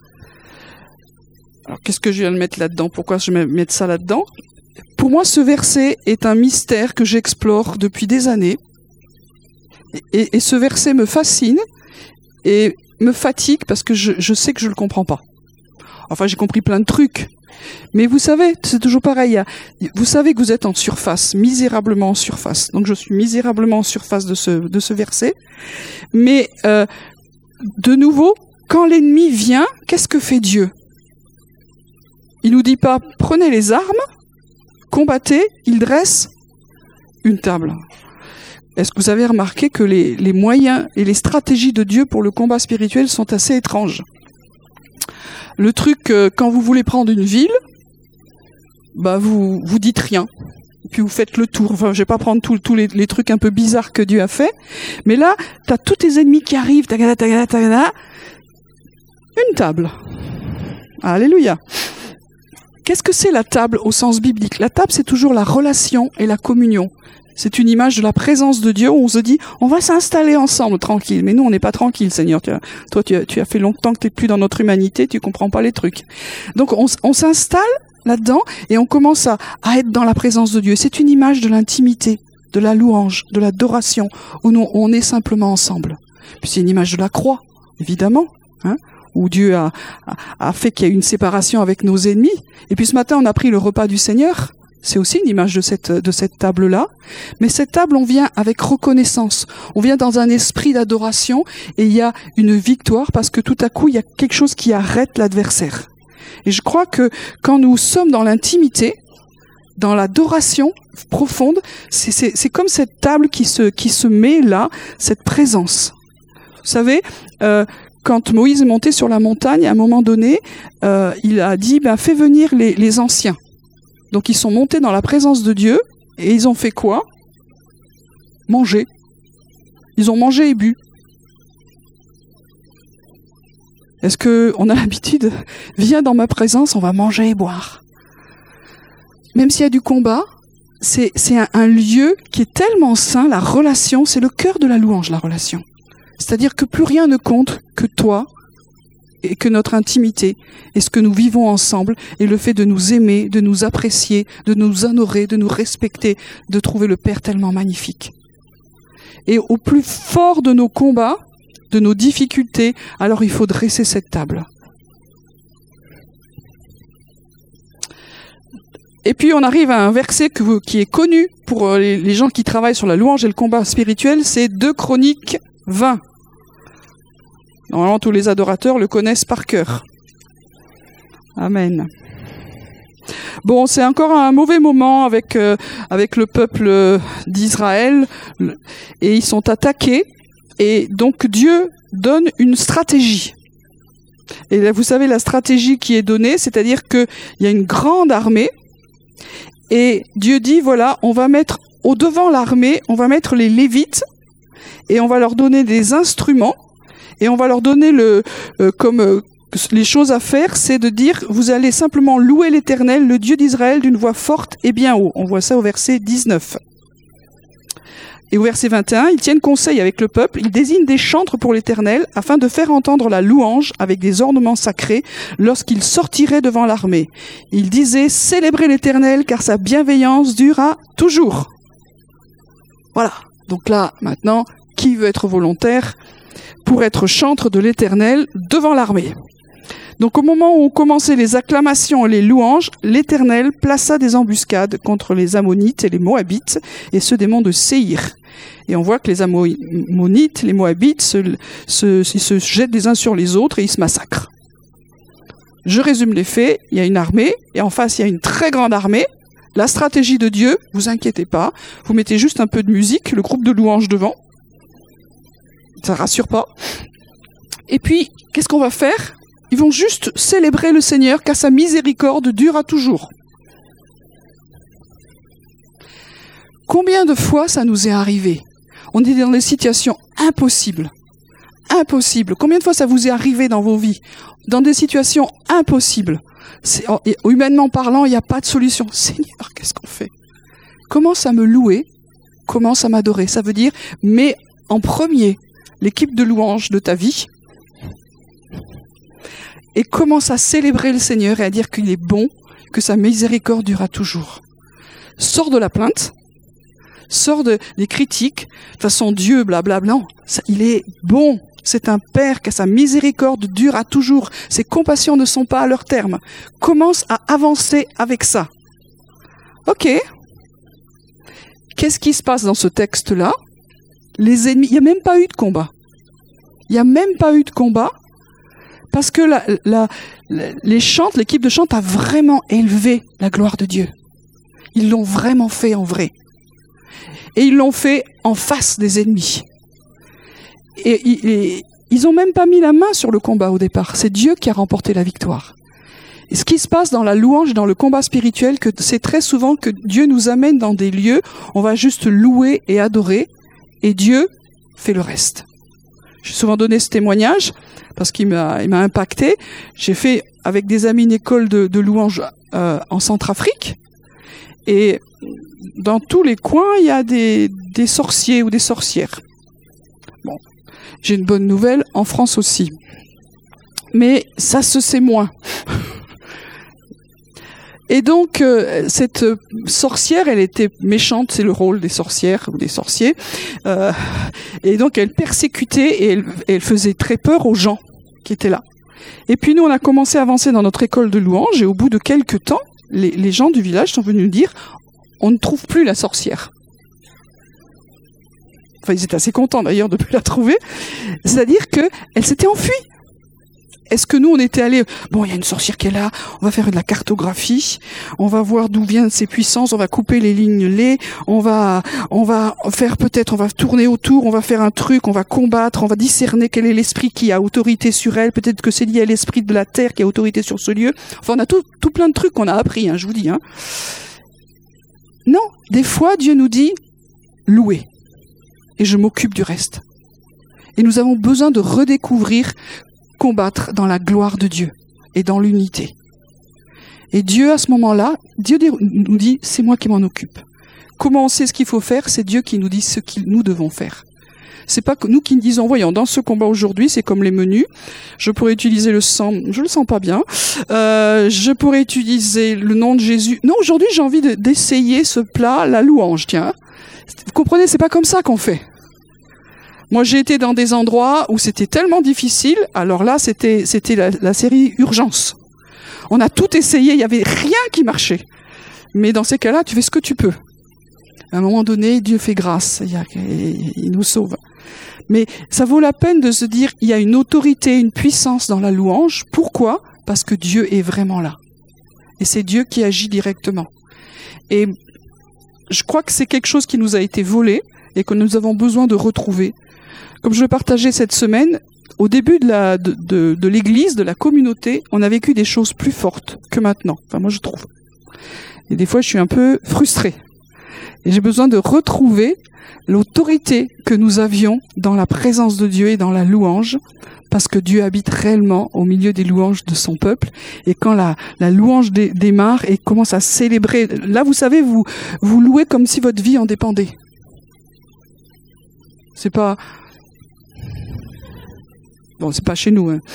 Alors, qu'est-ce que je viens de mettre là-dedans? Pourquoi je vais mettre ça là-dedans? Pour moi, ce verset est un mystère que j'explore depuis des années. Et, et ce verset me fascine et me fatigue parce que je, je sais que je ne le comprends pas. Enfin, j'ai compris plein de trucs. Mais vous savez, c'est toujours pareil. Vous savez que vous êtes en surface, misérablement en surface. Donc, je suis misérablement en surface de ce, de ce verset. Mais, euh, de nouveau, quand l'ennemi vient, qu'est-ce que fait Dieu? Il nous dit pas, prenez les armes, combattez, il dresse une table. Est-ce que vous avez remarqué que les, les moyens et les stratégies de Dieu pour le combat spirituel sont assez étranges? Le truc, euh, quand vous voulez prendre une ville, bah vous vous dites rien, puis vous faites le tour. Enfin, je vais pas prendre tous tous les, les trucs un peu bizarres que Dieu a fait, mais là, t'as tous tes ennemis qui arrivent, tagada, tagada, tagada, une table. Alléluia. Qu'est-ce que c'est la table au sens biblique? La table, c'est toujours la relation et la communion. C'est une image de la présence de Dieu où on se dit, on va s'installer ensemble, tranquille. Mais nous, on n'est pas tranquille, Seigneur. Tu as, toi, tu as, tu as fait longtemps que tu n'es plus dans notre humanité, tu comprends pas les trucs. Donc, on, on s'installe là-dedans et on commence à, à être dans la présence de Dieu. C'est une image de l'intimité, de la louange, de l'adoration, où nous, on est simplement ensemble. Puis c'est une image de la croix, évidemment, hein, où Dieu a, a, a fait qu'il y a une séparation avec nos ennemis. Et puis ce matin, on a pris le repas du Seigneur. C'est aussi une image de cette, de cette table-là. Mais cette table, on vient avec reconnaissance. On vient dans un esprit d'adoration et il y a une victoire parce que tout à coup, il y a quelque chose qui arrête l'adversaire. Et je crois que quand nous sommes dans l'intimité, dans l'adoration profonde, c'est, c'est, c'est comme cette table qui se, qui se met là, cette présence. Vous savez, euh, quand Moïse est monté sur la montagne, à un moment donné, euh, il a dit, ben, fais venir les, les anciens. Donc ils sont montés dans la présence de Dieu, et ils ont fait quoi? Manger. Ils ont mangé et bu. Est-ce qu'on a l'habitude, viens dans ma présence, on va manger et boire. Même s'il y a du combat, c'est, c'est un, un lieu qui est tellement saint, la relation, c'est le cœur de la louange, la relation. C'est-à-dire que plus rien ne compte que toi et que notre intimité et ce que nous vivons ensemble et le fait de nous aimer, de nous apprécier, de nous honorer, de nous respecter, de trouver le Père tellement magnifique. Et au plus fort de nos combats, de nos difficultés, alors il faut dresser cette table. Et puis on arrive à un verset que, qui est connu pour les, les gens qui travaillent sur la louange et le combat spirituel, c'est deux Chroniques vingt. Normalement tous les adorateurs le connaissent par cœur. Amen. Bon, c'est encore un mauvais moment avec, euh, avec le peuple d'Israël, et ils sont attaqués. Et donc Dieu donne une stratégie. Et là, vous savez la stratégie qui est donnée, c'est-à-dire qu'il y a une grande armée, et Dieu dit, voilà, on va mettre au devant l'armée, on va mettre les Lévites, et on va leur donner des instruments, et on va leur donner le euh, comme euh, les choses à faire, c'est de dire, vous allez simplement louer l'Éternel, le Dieu d'Israël, d'une voix forte et bien haut. On voit ça au verset dix-neuf. Et au verset vingt et un, ils tiennent conseil avec le peuple, ils désignent des chantres pour l'Éternel afin de faire entendre la louange avec des ornements sacrés lorsqu'ils sortiraient devant l'armée. Ils disaient, célébrez l'Éternel car sa bienveillance durera toujours. Voilà. Donc là, maintenant, qui veut être volontaire pour être chantre de l'Éternel devant l'armée? Donc au moment où ont commencé les acclamations et les louanges, l'Éternel plaça des embuscades contre les Ammonites et les Moabites et ceux des monts de Séhir. Et on voit que les Ammonites, les Moabites, se, se, se jettent les uns sur les autres et ils se massacrent. Je résume les faits, il y a une armée, et en face il y a une très grande armée. La stratégie de Dieu, vous inquiétez pas, vous mettez juste un peu de musique, le groupe de louanges devant. Ça rassure pas. Et puis, qu'est-ce qu'on va faire? Ils vont juste célébrer le Seigneur car sa miséricorde dure à toujours. Combien de fois ça nous est arrivé? On est dans des situations impossibles. Impossibles. Combien de fois ça vous est arrivé dans vos vies? Dans des situations impossibles. C'est, humainement parlant, il n'y a pas de solution. Seigneur, qu'est-ce qu'on fait? Commence à me louer, commence à m'adorer. Ça veut dire, mets en premier l'équipe de louange de ta vie, et commence à célébrer le Seigneur et à dire qu'il est bon, que sa miséricorde durera toujours. Sors de la plainte, sors de, des critiques, de toute façon Dieu, blablabla, non, ça, il est bon, c'est un Père, que sa miséricorde durera toujours, ses compassions ne sont pas à leur terme. Commence à avancer avec ça. Ok. Qu'est-ce qui se passe dans ce texte-là? Les ennemis, il n'y a même pas eu de combat. Il n'y a même pas eu de combat. Parce que la, la, la, les chantes, l'équipe de chante a vraiment élevé la gloire de Dieu. Ils l'ont vraiment fait en vrai. Et ils l'ont fait en face des ennemis. Et, et, et ils n'ont même pas mis la main sur le combat au départ. C'est Dieu qui a remporté la victoire. Et ce qui se passe dans la louange, dans le combat spirituel, que c'est très souvent que Dieu nous amène dans des lieux, on va juste louer et adorer, et Dieu fait le reste. J'ai souvent donné ce témoignage parce qu'il m'a, il m'a impacté. J'ai fait avec des amis une école de, de louange euh, en Centrafrique, et dans tous les coins il y a des, des sorciers ou des sorcières. Bon, j'ai une bonne nouvelle, en France aussi, mais ça se sait moins. Et donc, euh, cette sorcière, elle était méchante, c'est le rôle des sorcières ou des sorciers. Euh, et donc, elle persécutait et elle, elle faisait très peur aux gens qui étaient là. Et puis, nous, on a commencé à avancer dans notre école de louange, et au bout de quelques temps, les, les gens du village sont venus nous dire, on ne trouve plus la sorcière. Enfin, ils étaient assez contents d'ailleurs de ne plus la trouver. C'est-à-dire qu'elle s'était enfuie. est-ce que nous, on était allés, bon, il y a une sorcière qui est là, on va faire de la cartographie, on va voir d'où viennent ses puissances, on va couper les lignes lait, on va, on va faire peut-être, on va tourner autour, on va faire un truc, on va combattre, on va discerner quel est l'esprit qui a autorité sur elle, peut-être que c'est lié à l'esprit de la terre qui a autorité sur ce lieu. Enfin, on a tout, tout plein de trucs qu'on a appris, hein, je vous dis, hein. Non, des fois, Dieu nous dit, louez, et je m'occupe du reste. Et nous avons besoin de redécouvrir, combattre dans la gloire de Dieu et dans l'unité. Et Dieu, à ce moment-là, Dieu nous dit, c'est moi qui m'en occupe. Comment on sait ce qu'il faut faire? C'est Dieu qui nous dit ce que nous devons faire. C'est pas que nous qui nous disons, voyons, dans ce combat aujourd'hui, c'est comme les menus. Je pourrais utiliser le sang, je le sens pas bien. Euh, je pourrais utiliser le nom de Jésus. Non, aujourd'hui, j'ai envie de, d'essayer ce plat, la louange, tiens. Vous comprenez, c'est pas comme ça qu'on fait. Moi, j'ai été dans des endroits où c'était tellement difficile. Alors là, c'était, c'était la, la série Urgence. On a tout essayé, il y avait rien qui marchait. Mais dans ces cas-là, tu fais ce que tu peux. À un moment donné, Dieu fait grâce, il, y a, il nous sauve. Mais ça vaut la peine de se dire, il y a une autorité, une puissance dans la louange. Pourquoi? Parce que Dieu est vraiment là. Et c'est Dieu qui agit directement. Et je crois que c'est quelque chose qui nous a été volé et que nous avons besoin de retrouver. Comme je le partageais cette semaine, au début de, la, de, de, de l'Église, de la communauté, on a vécu des choses plus fortes que maintenant. Enfin, moi, je trouve. Et des fois, je suis un peu frustrée. Et j'ai besoin de retrouver l'autorité que nous avions dans la présence de Dieu et dans la louange, parce que Dieu habite réellement au milieu des louanges de son peuple. Et quand la, la louange dé, démarre et commence à célébrer, là, vous savez, vous, vous louez comme si votre vie en dépendait. C'est pas... Bon, c'est pas chez nous, hein.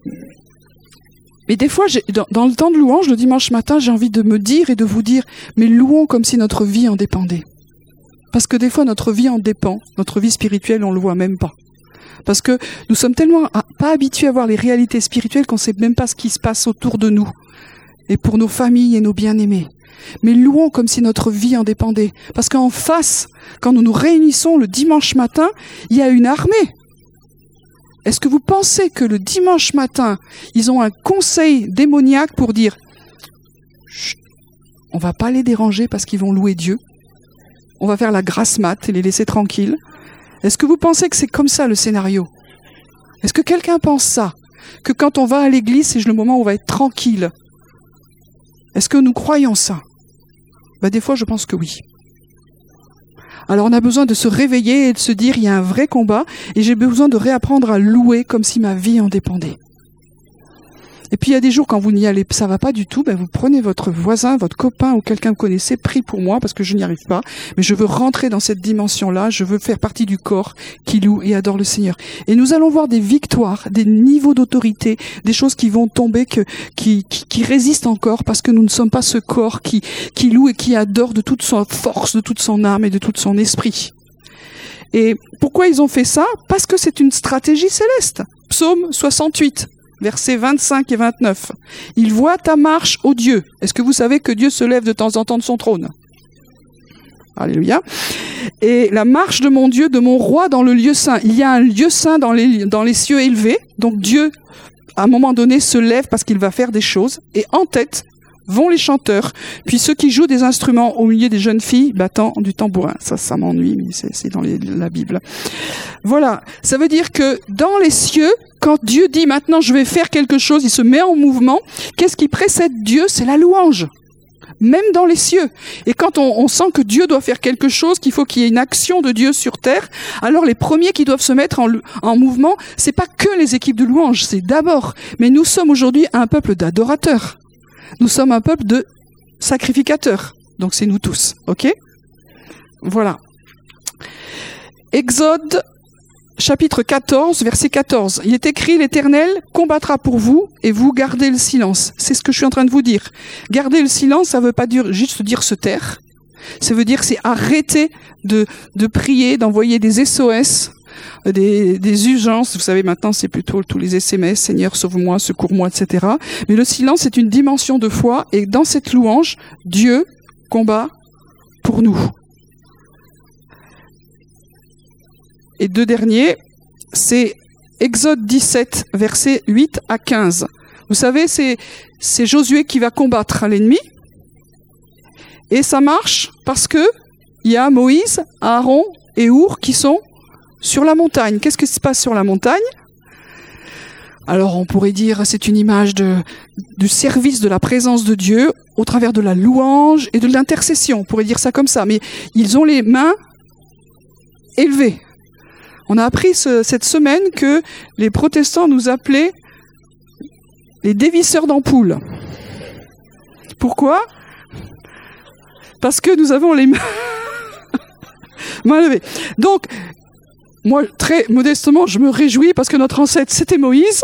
Mais des fois, j'ai, dans, dans le temps de louange, le dimanche matin, j'ai envie de me dire et de vous dire, mais louons comme si notre vie en dépendait. Parce que des fois, notre vie en dépend, notre vie spirituelle, on le voit même pas. Parce que nous sommes tellement pas habitués à voir les réalités spirituelles qu'on sait même pas ce qui se passe autour de nous. Et pour nos familles et nos bien-aimés. Mais louons comme si notre vie en dépendait. Parce qu'en face, quand nous nous réunissons le dimanche matin, il y a une armée. Est-ce que vous pensez que le dimanche matin, ils ont un conseil démoniaque pour dire chut, on va pas les déranger parce qu'ils vont louer Dieu. On va faire la grasse mat et les laisser tranquilles. Est-ce que vous pensez que c'est comme ça le scénario? Est-ce que quelqu'un pense ça? Que quand on va à l'église, c'est le moment où on va être tranquille? Est-ce que nous croyons ça? Ben, des fois, je pense que oui. Alors on a besoin de se réveiller et de se dire, il y a un vrai combat, et j'ai besoin de réapprendre à louer comme si ma vie en dépendait. Et puis il y a des jours quand vous n'y allez, ça va pas du tout, ben vous prenez votre voisin, votre copain ou quelqu'un que vous connaissez, prie pour moi parce que je n'y arrive pas, mais je veux rentrer dans cette dimension-là, je veux faire partie du corps qui loue et adore le Seigneur. Et nous allons voir des victoires, des niveaux d'autorité, des choses qui vont tomber, que, qui, qui, qui résistent encore parce que nous ne sommes pas ce corps qui, qui loue et qui adore de toute son force, de toute son âme et de tout son esprit. Et pourquoi ils ont fait ça? Parce que c'est une stratégie céleste. Psaume soixante-huit. Versets vingt-cinq et vingt-neuf. Il voit ta marche, ô Dieu. Est-ce que vous savez que Dieu se lève de temps en temps de son trône? Alléluia. Et la marche de mon Dieu, de mon roi dans le lieu saint. Il y a un lieu saint dans les, dans les cieux élevés. Donc Dieu, à un moment donné, se lève parce qu'il va faire des choses. Et en tête vont les chanteurs, puis ceux qui jouent des instruments au milieu des jeunes filles battant du tambourin. Ça, ça m'ennuie, mais c'est, c'est dans les, la Bible. Voilà. Ça veut dire que dans les cieux, quand Dieu dit maintenant je vais faire quelque chose, il se met en mouvement. Qu'est-ce qui précède Dieu? C'est la louange. Même dans les cieux. Et quand on, on sent que Dieu doit faire quelque chose, qu'il faut qu'il y ait une action de Dieu sur terre, alors les premiers qui doivent se mettre en, en mouvement, c'est pas que les équipes de louange, c'est d'abord. Mais nous sommes aujourd'hui un peuple d'adorateurs. Nous sommes un peuple de sacrificateurs. Donc c'est nous tous, ok? Voilà. Exode, chapitre quatorze, verset quatorze. Il est écrit, l'Éternel combattra pour vous et vous gardez le silence. C'est ce que je suis en train de vous dire. Garder le silence, ça veut pas dire juste dire se taire. Ça veut dire c'est arrêter de, de prier, d'envoyer des S O S, Des, des urgences. Vous savez, maintenant, c'est plutôt tous les S M S, Seigneur, sauve-moi, secours-moi, et cetera. Mais le silence, c'est une dimension de foi. Et dans cette louange, Dieu combat pour nous. Et deux derniers, c'est Exode dix-sept, versets huit à quinze. Vous savez, c'est, c'est Josué qui va combattre l'ennemi. Et ça marche parce que il y a Moïse, Aaron et Our qui sont sur la montagne. Qu'est-ce qui se passe sur la montagne ? Alors on pourrait dire c'est une image de, du service de la présence de Dieu au travers de la louange et de l'intercession. On pourrait dire ça comme ça. Mais ils ont les mains élevées. On a appris ce, cette semaine que les protestants nous appelaient les dévisseurs d'ampoules. Pourquoi ? Parce que nous avons les mains mains levées. Donc, moi, très modestement, je me réjouis parce que notre ancêtre, c'était Moïse.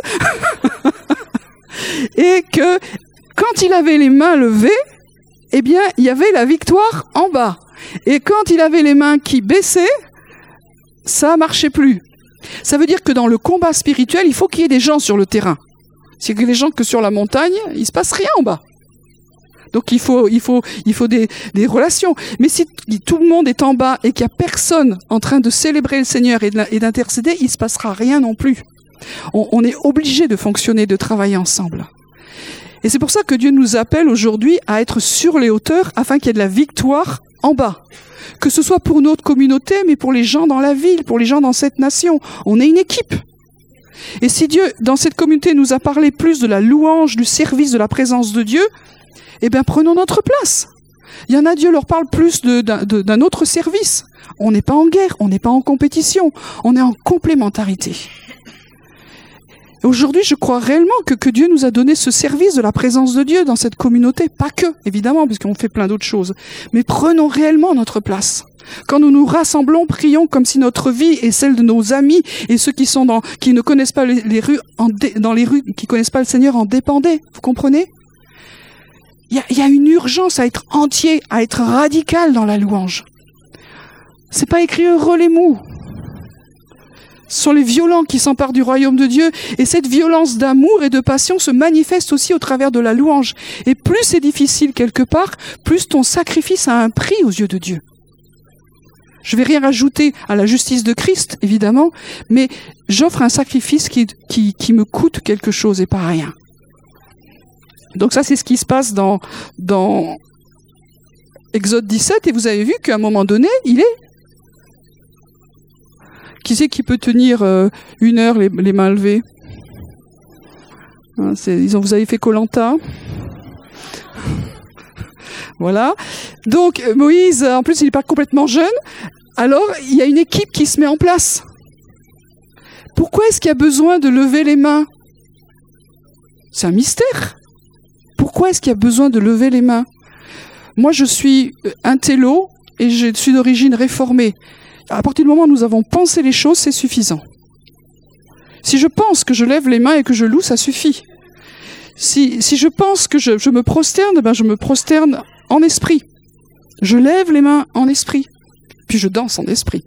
Et que quand il avait les mains levées, eh bien, il y avait la victoire en bas. Et quand il avait les mains qui baissaient, ça marchait plus. Ça veut dire que dans le combat spirituel, il faut qu'il y ait des gens sur le terrain. C'est que les gens que sur la montagne, il se passe rien en bas. Donc il faut, il faut, il faut des, des relations. Mais si tout le monde est en bas et qu'il n'y a personne en train de célébrer le Seigneur et, de, et d'intercéder, il ne se passera rien non plus. On, on est obligé de fonctionner, de travailler ensemble. Et c'est pour ça que Dieu nous appelle aujourd'hui à être sur les hauteurs afin qu'il y ait de la victoire en bas. Que ce soit pour notre communauté, mais pour les gens dans la ville, pour les gens dans cette nation. On est une équipe. Et si Dieu, dans cette communauté, nous a parlé plus de la louange, du service, de la présence de Dieu, eh bien, prenons notre place. Il y en a, Dieu leur parle plus de, d'un, de, d'un autre service. On n'est pas en guerre, on n'est pas en compétition, on est en complémentarité. Et aujourd'hui, je crois réellement que, que Dieu nous a donné ce service de la présence de Dieu dans cette communauté. Pas que, évidemment, puisqu'on fait plein d'autres choses. Mais prenons réellement notre place. Quand nous nous rassemblons, prions comme si notre vie et celle de nos amis et ceux qui sont dans, qui ne connaissent pas les, les rues, en dé, dans les rues, qui connaissent pas le Seigneur en dépendaient. Vous comprenez ? Il y a, il y a une urgence à être entier, à être radical dans la louange. C'est pas écrit heureux les mous. Ce sont les violents qui s'emparent du royaume de Dieu. Et cette violence d'amour et de passion se manifeste aussi au travers de la louange. Et plus c'est difficile quelque part, plus ton sacrifice a un prix aux yeux de Dieu. Je vais rien rajouter à la justice de Christ, évidemment, mais j'offre un sacrifice qui, qui, qui me coûte quelque chose et pas rien. Donc ça, c'est ce qui se passe dans, dans Exode dix-sept, et vous avez vu qu'à un moment donné, il est... Qui c'est qui peut tenir euh, une heure les, les mains levées ? Hein, c'est, ils ont, vous avez fait Koh-Lanta. Voilà. Donc Moïse, en plus, il n'est pas complètement jeune. Alors, il y a une équipe qui se met en place. Pourquoi est-ce qu'il y a besoin de lever les mains ? C'est un mystère. Pourquoi est-ce qu'il y a besoin de lever les mains ? Moi, je suis intello et je suis d'origine réformée. À partir du moment où nous avons pensé les choses, c'est suffisant. Si je pense que je lève les mains et que je loue, ça suffit. Si, si je pense que je, je me prosterne, ben je me prosterne en esprit. Je lève les mains en esprit. Puis je danse en esprit.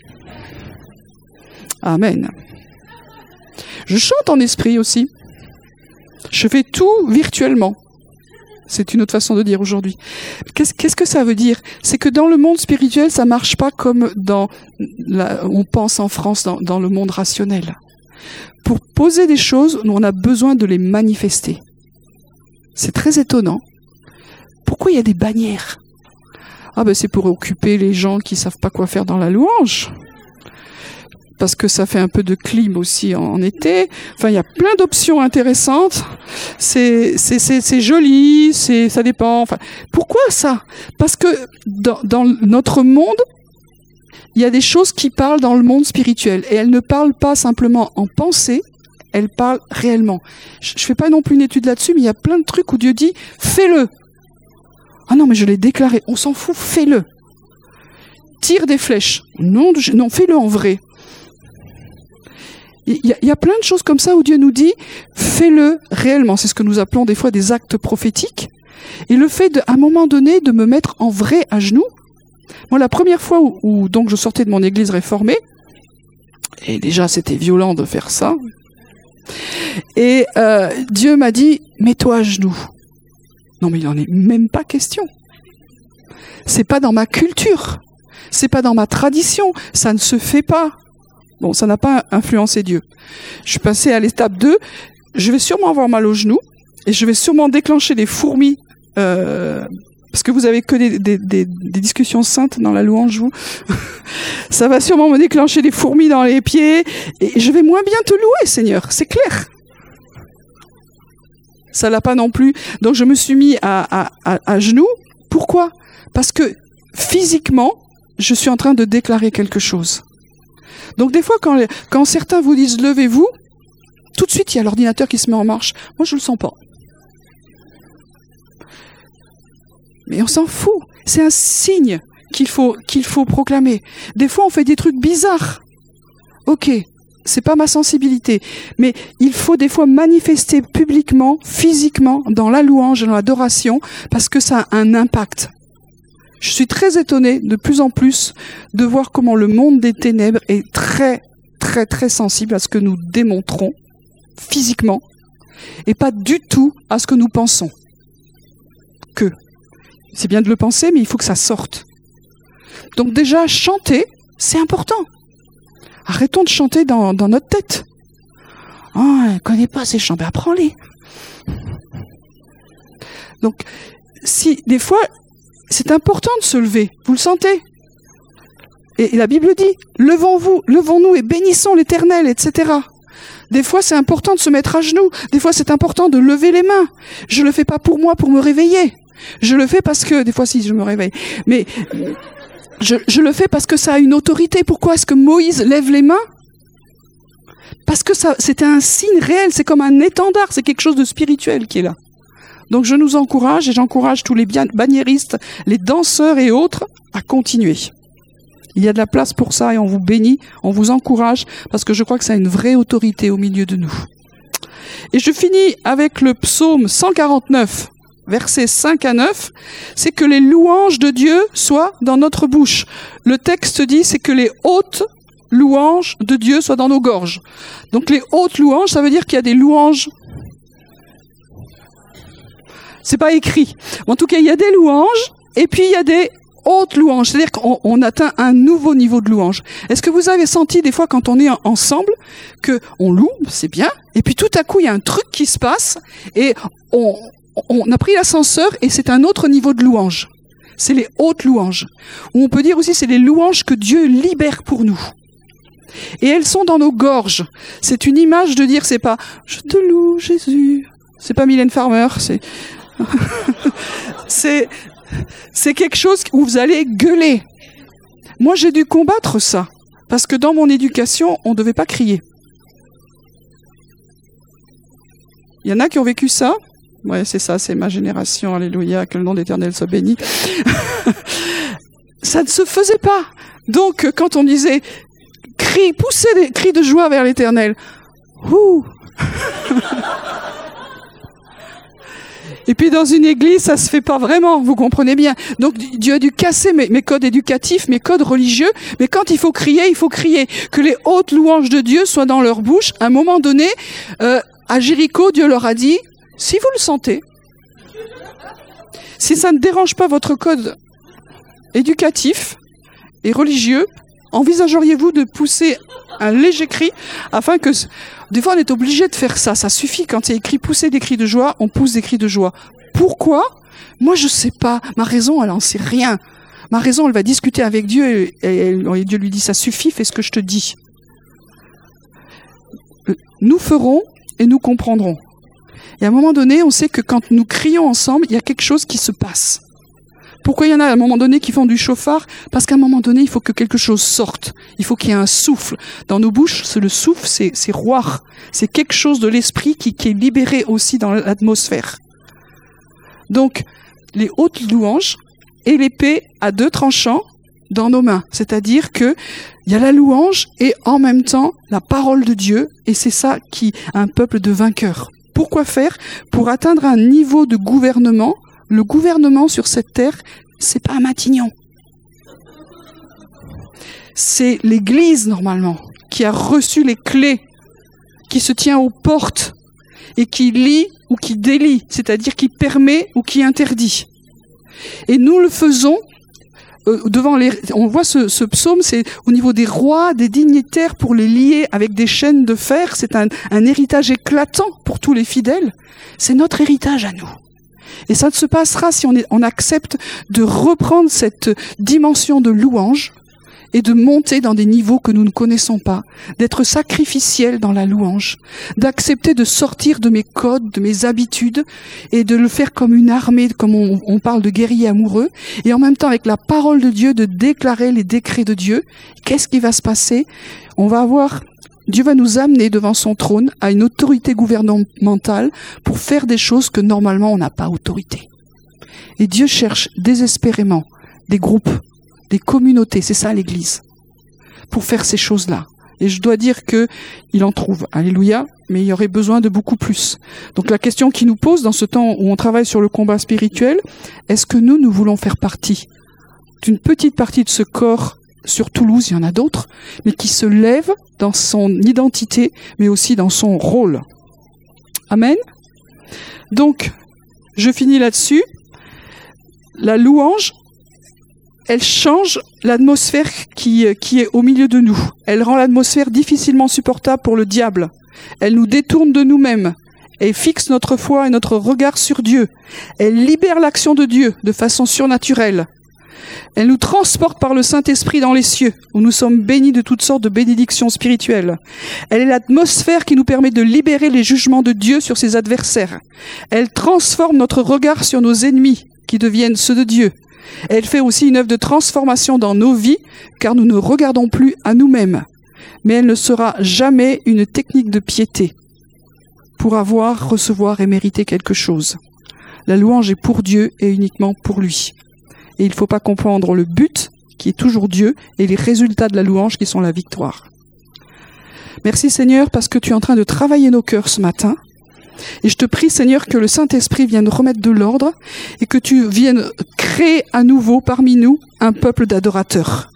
Amen. Je chante en esprit aussi. Je fais tout virtuellement. C'est une autre façon de dire aujourd'hui. Qu'est-ce, qu'est-ce que ça veut dire ? C'est que dans le monde spirituel, ça marche pas comme dans la, on pense en France, dans, dans le monde rationnel. Pour poser des choses, on a besoin de les manifester. C'est très étonnant. Pourquoi il y a des bannières ? Ah ben c'est pour occuper les gens qui savent pas quoi faire dans la louange. Parce que ça fait un peu de clim aussi en, en été. Enfin, il y a plein d'options intéressantes. C'est, c'est, c'est, c'est joli, c'est, ça dépend. Enfin, pourquoi ça ? Parce que dans, dans notre monde, il y a des choses qui parlent dans le monde spirituel. Et elles ne parlent pas simplement en pensée, elles parlent réellement. Je ne fais pas non plus une étude là-dessus, mais il y a plein de trucs où Dieu dit « fais-le ». Ah non, mais je l'ai déclaré. On s'en fout, fais-le. Tire des flèches. Non, non, fais-le en vrai. Il y, a, il y a plein de choses comme ça où Dieu nous dit « fais-le réellement ». C'est ce que nous appelons des fois des actes prophétiques. Et le fait, de, à un moment donné, de me mettre en vrai à genoux. Moi, la première fois où, où donc je sortais de mon église réformée, et déjà c'était violent de faire ça, et euh, Dieu m'a dit « mets-toi à genoux ». Non mais il n'en est même pas question. C'est pas dans ma culture, c'est pas dans ma tradition, ça ne se fait pas. Bon, ça n'a pas influencé Dieu. Je suis passée à l'étape deux. Je vais sûrement avoir mal aux genoux et je vais sûrement déclencher des fourmis, euh, parce que vous avez que des, des, des, des discussions saintes dans la louange, vous. Ça va sûrement me déclencher des fourmis dans les pieds et je vais moins bien te louer, Seigneur. C'est clair. Ça l'a pas non plus. Donc je me suis mis à, à, à, à genoux. Pourquoi ? Parce que physiquement, je suis en train de déclarer quelque chose. Donc des fois, quand, les, quand certains vous disent « levez-vous », tout de suite, il y a l'ordinateur qui se met en marche. Moi, je le sens pas. Mais on s'en fout. C'est un signe qu'il faut, qu'il faut proclamer. Des fois, on fait des trucs bizarres. Ok, c'est pas ma sensibilité. Mais il faut des fois manifester publiquement, physiquement, dans la louange, dans l'adoration, parce que ça a un impact. Je suis très étonnée de plus en plus de voir comment le monde des ténèbres est très, très, très sensible à ce que nous démontrons physiquement et pas du tout à ce que nous pensons. Que. C'est bien de le penser, mais il faut que ça sorte. Donc déjà, chanter, c'est important. Arrêtons de chanter dans, dans notre tête. Oh, elle ne connaît pas ces chants, ben apprends-les. Donc, si des fois, c'est important de se lever, vous le sentez. Et, et la Bible dit, levons-vous, levons-nous et bénissons l'Éternel, et cetera. Des fois, c'est important de se mettre à genoux. Des fois, c'est important de lever les mains. Je le fais pas pour moi, pour me réveiller. Je le fais parce que, des fois, si je me réveille, mais je, je le fais parce que ça a une autorité. Pourquoi est-ce que Moïse lève les mains ? Parce que ça, c'était un signe réel. C'est comme un étendard. C'est quelque chose de spirituel qui est là. Donc je nous encourage et j'encourage tous les banniéristes, les danseurs et autres à continuer. Il y a de la place pour ça et on vous bénit, on vous encourage parce que je crois que ça a une vraie autorité au milieu de nous. Et je finis avec le psaume cent quarante-neuf, versets cinq à neuf. C'est que les louanges de Dieu soient dans notre bouche. Le texte dit c'est que les hautes louanges de Dieu soient dans nos gorges. Donc les hautes louanges, ça veut dire qu'il y a des louanges. C'est pas écrit. En tout cas, il y a des louanges, et puis il y a des hautes louanges. C'est-à-dire qu'on on atteint un nouveau niveau de louange. Est-ce que vous avez senti des fois quand on est ensemble que on loue, c'est bien, et puis tout à coup il y a un truc qui se passe, et on, on a pris l'ascenseur, et c'est un autre niveau de louange. C'est les hautes louanges. Ou on peut dire aussi c'est les louanges que Dieu libère pour nous. Et elles sont dans nos gorges. C'est une image de dire, c'est pas « je te loue Jésus ». C'est pas Mylène Farmer, c'est... c'est, c'est quelque chose où vous allez gueuler. Moi, j'ai dû combattre ça. Parce que dans mon éducation, on ne devait pas crier. Il y en a qui ont vécu ça. Ouais, c'est ça, c'est ma génération. Alléluia, que le nom d'Éternel soit béni. Ça ne se faisait pas. Donc, quand on disait crie, poussez des cris de joie vers l'Éternel. Ouh. Et puis dans une église, ça se fait pas vraiment, vous comprenez bien. Donc Dieu a dû casser mes, mes codes éducatifs, mes codes religieux, mais quand il faut crier, il faut crier. Que les hautes louanges de Dieu soient dans leur bouche. À un moment donné, euh, à Jéricho, Dieu leur a dit, si vous le sentez, si ça ne dérange pas votre code éducatif et religieux, envisageriez-vous de pousser un léger cri afin que... Des fois, on est obligé de faire ça. Ça suffit. Quand il y a écrit pousser des cris de joie, on pousse des cris de joie. Pourquoi ? Moi, je sais pas. Ma raison, elle en sait rien. Ma raison, elle va discuter avec Dieu et, et, et Dieu lui dit, ça suffit, fais ce que je te dis. Nous ferons et nous comprendrons. Et à un moment donné, on sait que quand nous crions ensemble, il y a quelque chose qui se passe. Pourquoi il y en a à un moment donné qui font du chauffard ? Parce qu'à un moment donné, il faut que quelque chose sorte. Il faut qu'il y ait un souffle. Dans nos bouches, c'est le souffle, c'est, c'est roir. C'est quelque chose de l'esprit qui, qui est libéré aussi dans l'atmosphère. Donc, les hautes louanges et l'épée à deux tranchants dans nos mains. C'est-à-dire que il y a la louange et en même temps la parole de Dieu. Et c'est ça qui a un peuple de vainqueurs. Pourquoi faire ? Pour atteindre un niveau de gouvernement. Le gouvernement sur cette terre, c'est pas à Matignon. C'est l'Église, normalement, qui a reçu les clés, qui se tient aux portes et qui lie ou qui délie, c'est-à-dire qui permet ou qui interdit. Et nous le faisons euh, devant les, on voit ce, ce psaume, c'est au niveau des rois, des dignitaires, pour les lier avec des chaînes de fer. C'est un, un héritage éclatant pour tous les fidèles. C'est notre héritage à nous. Et ça ne se passera si on, est, on accepte de reprendre cette dimension de louange et de monter dans des niveaux que nous ne connaissons pas, d'être sacrificiel dans la louange, d'accepter de sortir de mes codes, de mes habitudes, et de le faire comme une armée, comme on, on parle de guerriers amoureux, et en même temps avec la parole de Dieu, de déclarer les décrets de Dieu. Qu'est-ce qui va se passer? On va avoir, Dieu va nous amener devant son trône à une autorité gouvernementale pour faire des choses que normalement on n'a pas autorité. Et Dieu cherche désespérément des groupes, des communautés, c'est ça l'Église, pour faire ces choses-là. Et je dois dire que il en trouve, alléluia, mais il y aurait besoin de beaucoup plus. Donc la question qui nous pose dans ce temps où on travaille sur le combat spirituel, est-ce que nous, nous voulons faire partie d'une petite partie de ce corps? Sur Toulouse, il y en a d'autres, mais qui se lève dans son identité, mais aussi dans son rôle. Amen. Donc, je finis là-dessus. La louange, elle change l'atmosphère qui, qui est au milieu de nous. Elle rend l'atmosphère difficilement supportable pour le diable. Elle nous détourne de nous-mêmes. Elle fixe notre foi et notre regard sur Dieu. Elle libère l'action de Dieu de façon surnaturelle. Elle nous transporte par le Saint-Esprit dans les cieux, où nous sommes bénis de toutes sortes de bénédictions spirituelles. Elle est l'atmosphère qui nous permet de libérer les jugements de Dieu sur ses adversaires. Elle transforme notre regard sur nos ennemis, qui deviennent ceux de Dieu. Elle fait aussi une œuvre de transformation dans nos vies, car nous ne regardons plus à nous-mêmes. Mais elle ne sera jamais une technique de piété pour avoir, recevoir et mériter quelque chose. La louange est pour Dieu et uniquement pour lui. Et il ne faut pas comprendre le but, qui est toujours Dieu, et les résultats de la louange, qui sont la victoire. Merci Seigneur, parce que tu es en train de travailler nos cœurs ce matin. Et je te prie Seigneur que le Saint-Esprit vienne remettre de l'ordre, et que tu viennes créer à nouveau parmi nous un peuple d'adorateurs.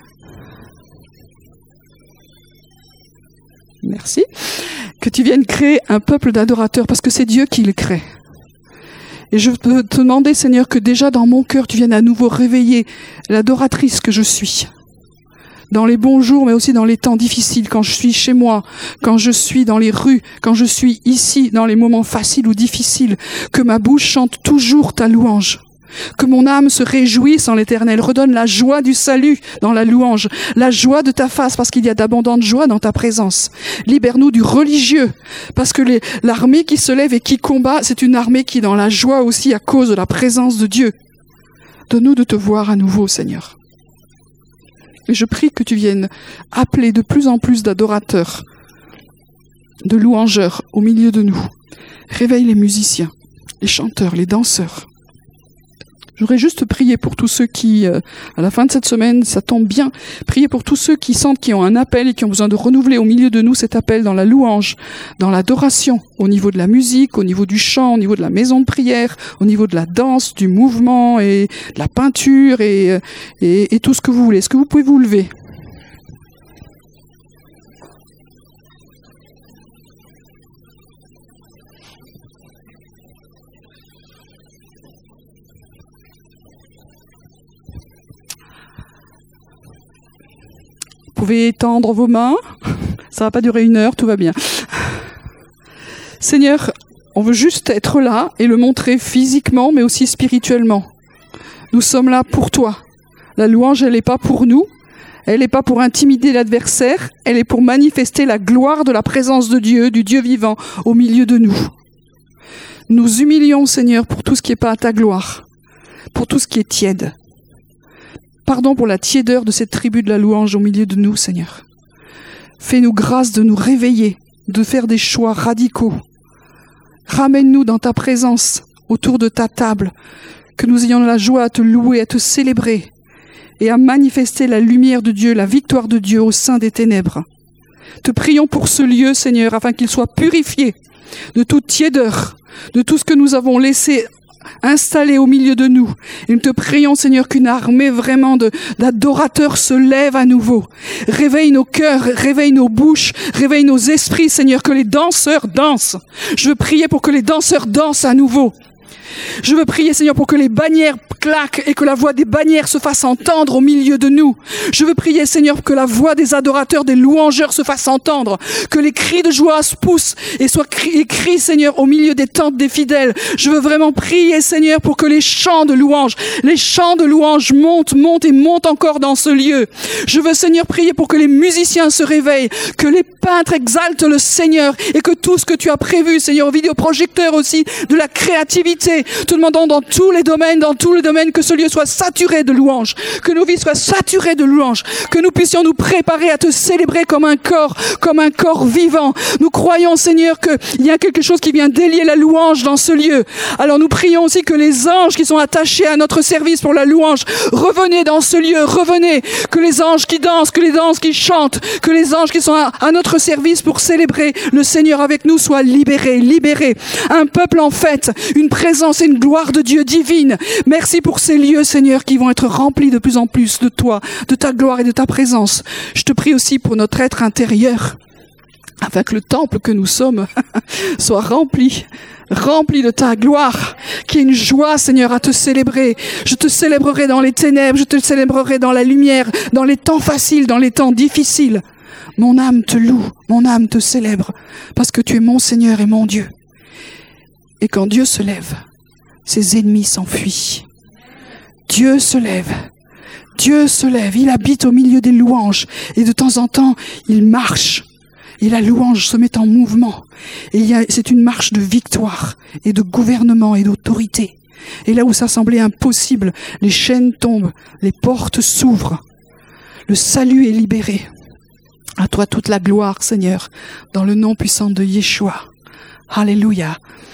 Merci. Que tu viennes créer un peuple d'adorateurs, parce que c'est Dieu qui le crée. Et je peux te demander, Seigneur, que déjà dans mon cœur, tu viennes à nouveau réveiller l'adoratrice que je suis. Dans les bons jours, mais aussi dans les temps difficiles, quand je suis chez moi, quand je suis dans les rues, quand je suis ici, dans les moments faciles ou difficiles, que ma bouche chante toujours ta louange. Que mon âme se réjouisse en l'Éternel, redonne la joie du salut dans la louange, la joie de ta face, parce qu'il y a d'abondantes joies dans ta présence. Libère-nous du religieux, parce que les, l'armée qui se lève et qui combat, c'est une armée qui est dans la joie aussi à cause de la présence de Dieu. Donne-nous de te voir à nouveau, Seigneur. Et je prie que tu viennes appeler de plus en plus d'adorateurs, de louangeurs au milieu de nous. Réveille les musiciens, les chanteurs, les danseurs. Je voudrais juste prier pour tous ceux qui, euh, à la fin de cette semaine, ça tombe bien, prier pour tous ceux qui sentent qu'ils ont un appel et qui ont besoin de renouveler au milieu de nous cet appel dans la louange, dans l'adoration, au niveau de la musique, au niveau du chant, au niveau de la maison de prière, au niveau de la danse, du mouvement et de la peinture et, et, et tout ce que vous voulez. Est-ce que vous pouvez vous lever ? Vous pouvez étendre vos mains, ça va pas durer une heure, tout va bien. Seigneur, on veut juste être là et le montrer physiquement, mais aussi spirituellement. Nous sommes là pour toi. La louange, elle n'est pas pour nous, elle n'est pas pour intimider l'adversaire, elle est pour manifester la gloire de la présence de Dieu, du Dieu vivant, au milieu de nous. Nous humilions, Seigneur, pour tout ce qui n'est pas à ta gloire, pour tout ce qui est tiède. Pardon pour la tiédeur de cette tribu de la louange au milieu de nous, Seigneur. Fais-nous grâce de nous réveiller, de faire des choix radicaux. Ramène-nous dans ta présence, autour de ta table, que nous ayons la joie à te louer, à te célébrer et à manifester la lumière de Dieu, la victoire de Dieu au sein des ténèbres. Te prions pour ce lieu, Seigneur, afin qu'il soit purifié de toute tiédeur, de tout ce que nous avons laissé installé au milieu de nous. Et nous te prions, Seigneur, qu'une armée vraiment de, d'adorateurs se lève à nouveau. Réveille nos cœurs, réveille nos bouches, réveille nos esprits, Seigneur, que les danseurs dansent. Je veux prier pour que les danseurs dansent à nouveau. Je veux prier, Seigneur, pour que les bannières claquent et que la voix des bannières se fasse entendre au milieu de nous. Je veux prier, Seigneur, pour que la voix des adorateurs, des louangeurs se fasse entendre, que les cris de joie se poussent et soient écrits, Seigneur, au milieu des tentes des fidèles. Je veux vraiment prier, Seigneur, pour que les chants de louange, les chants de louange montent, montent et montent encore dans ce lieu. Je veux, Seigneur, prier pour que les musiciens se réveillent, que les peintres exaltent le Seigneur et que tout ce que tu as prévu, Seigneur, au vidéoprojecteur aussi, de la créativité, tout demandant dans tous les domaines, dans tous les domaines, que ce lieu soit saturé de louanges, que nos vies soient saturées de louanges, que nous puissions nous préparer à te célébrer comme un corps, comme un corps vivant. Nous croyons, Seigneur, qu'il y a quelque chose qui vient délier la louange dans ce lieu. Alors nous prions aussi que les anges qui sont attachés à notre service pour la louange, revenez dans ce lieu, revenez, que les anges qui dansent, que les anges qui chantent, que les anges qui sont à, à notre service pour célébrer le Seigneur avec nous soient libérés, libérés. Un peuple en fête, une présence et une gloire de Dieu divine. Merci pour ces lieux, Seigneur, qui vont être remplis de plus en plus de toi, de ta gloire et de ta présence. Je te prie aussi pour notre être intérieur, afin que le temple que nous sommes soit rempli, rempli de ta gloire, qu'il y ait une joie, Seigneur, à te célébrer. Je te célébrerai dans les ténèbres, je te célébrerai dans la lumière, dans les temps faciles, dans les temps difficiles. Mon âme te loue, mon âme te célèbre, parce que tu es mon Seigneur et mon Dieu. Et quand Dieu se lève, ses ennemis s'enfuient. Dieu se lève. Dieu se lève. Il habite au milieu des louanges. Et de temps en temps, il marche. Et la louange se met en mouvement. Et il y a, c'est une marche de victoire et de gouvernement et d'autorité. Et là où ça semblait impossible, les chaînes tombent, les portes s'ouvrent. Le salut est libéré. À toi toute la gloire, Seigneur, dans le nom puissant de Yeshua. Alléluia.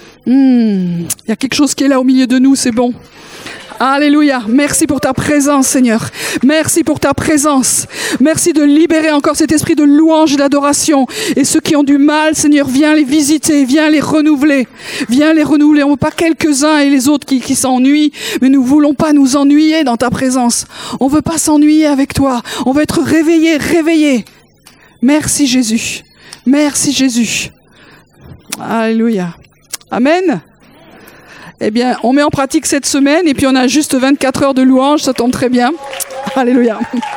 Hmm, il y a quelque chose qui est là au milieu de nous, c'est bon. Alléluia. Merci pour ta présence, Seigneur. Merci pour ta présence. Merci de libérer encore cet esprit de louange et d'adoration. Et ceux qui ont du mal, Seigneur, viens les visiter, viens les renouveler. Viens les renouveler. On ne veut pas quelques-uns et les autres qui, qui s'ennuient, mais nous ne voulons pas nous ennuyer dans ta présence. On ne veut pas s'ennuyer avec toi. On veut être réveillés, réveillés. Merci Jésus. Merci Jésus. Alléluia. Amen. Eh bien, on met en pratique cette semaine et puis on a juste vingt-quatre heures de louange, ça tombe très bien. Alléluia.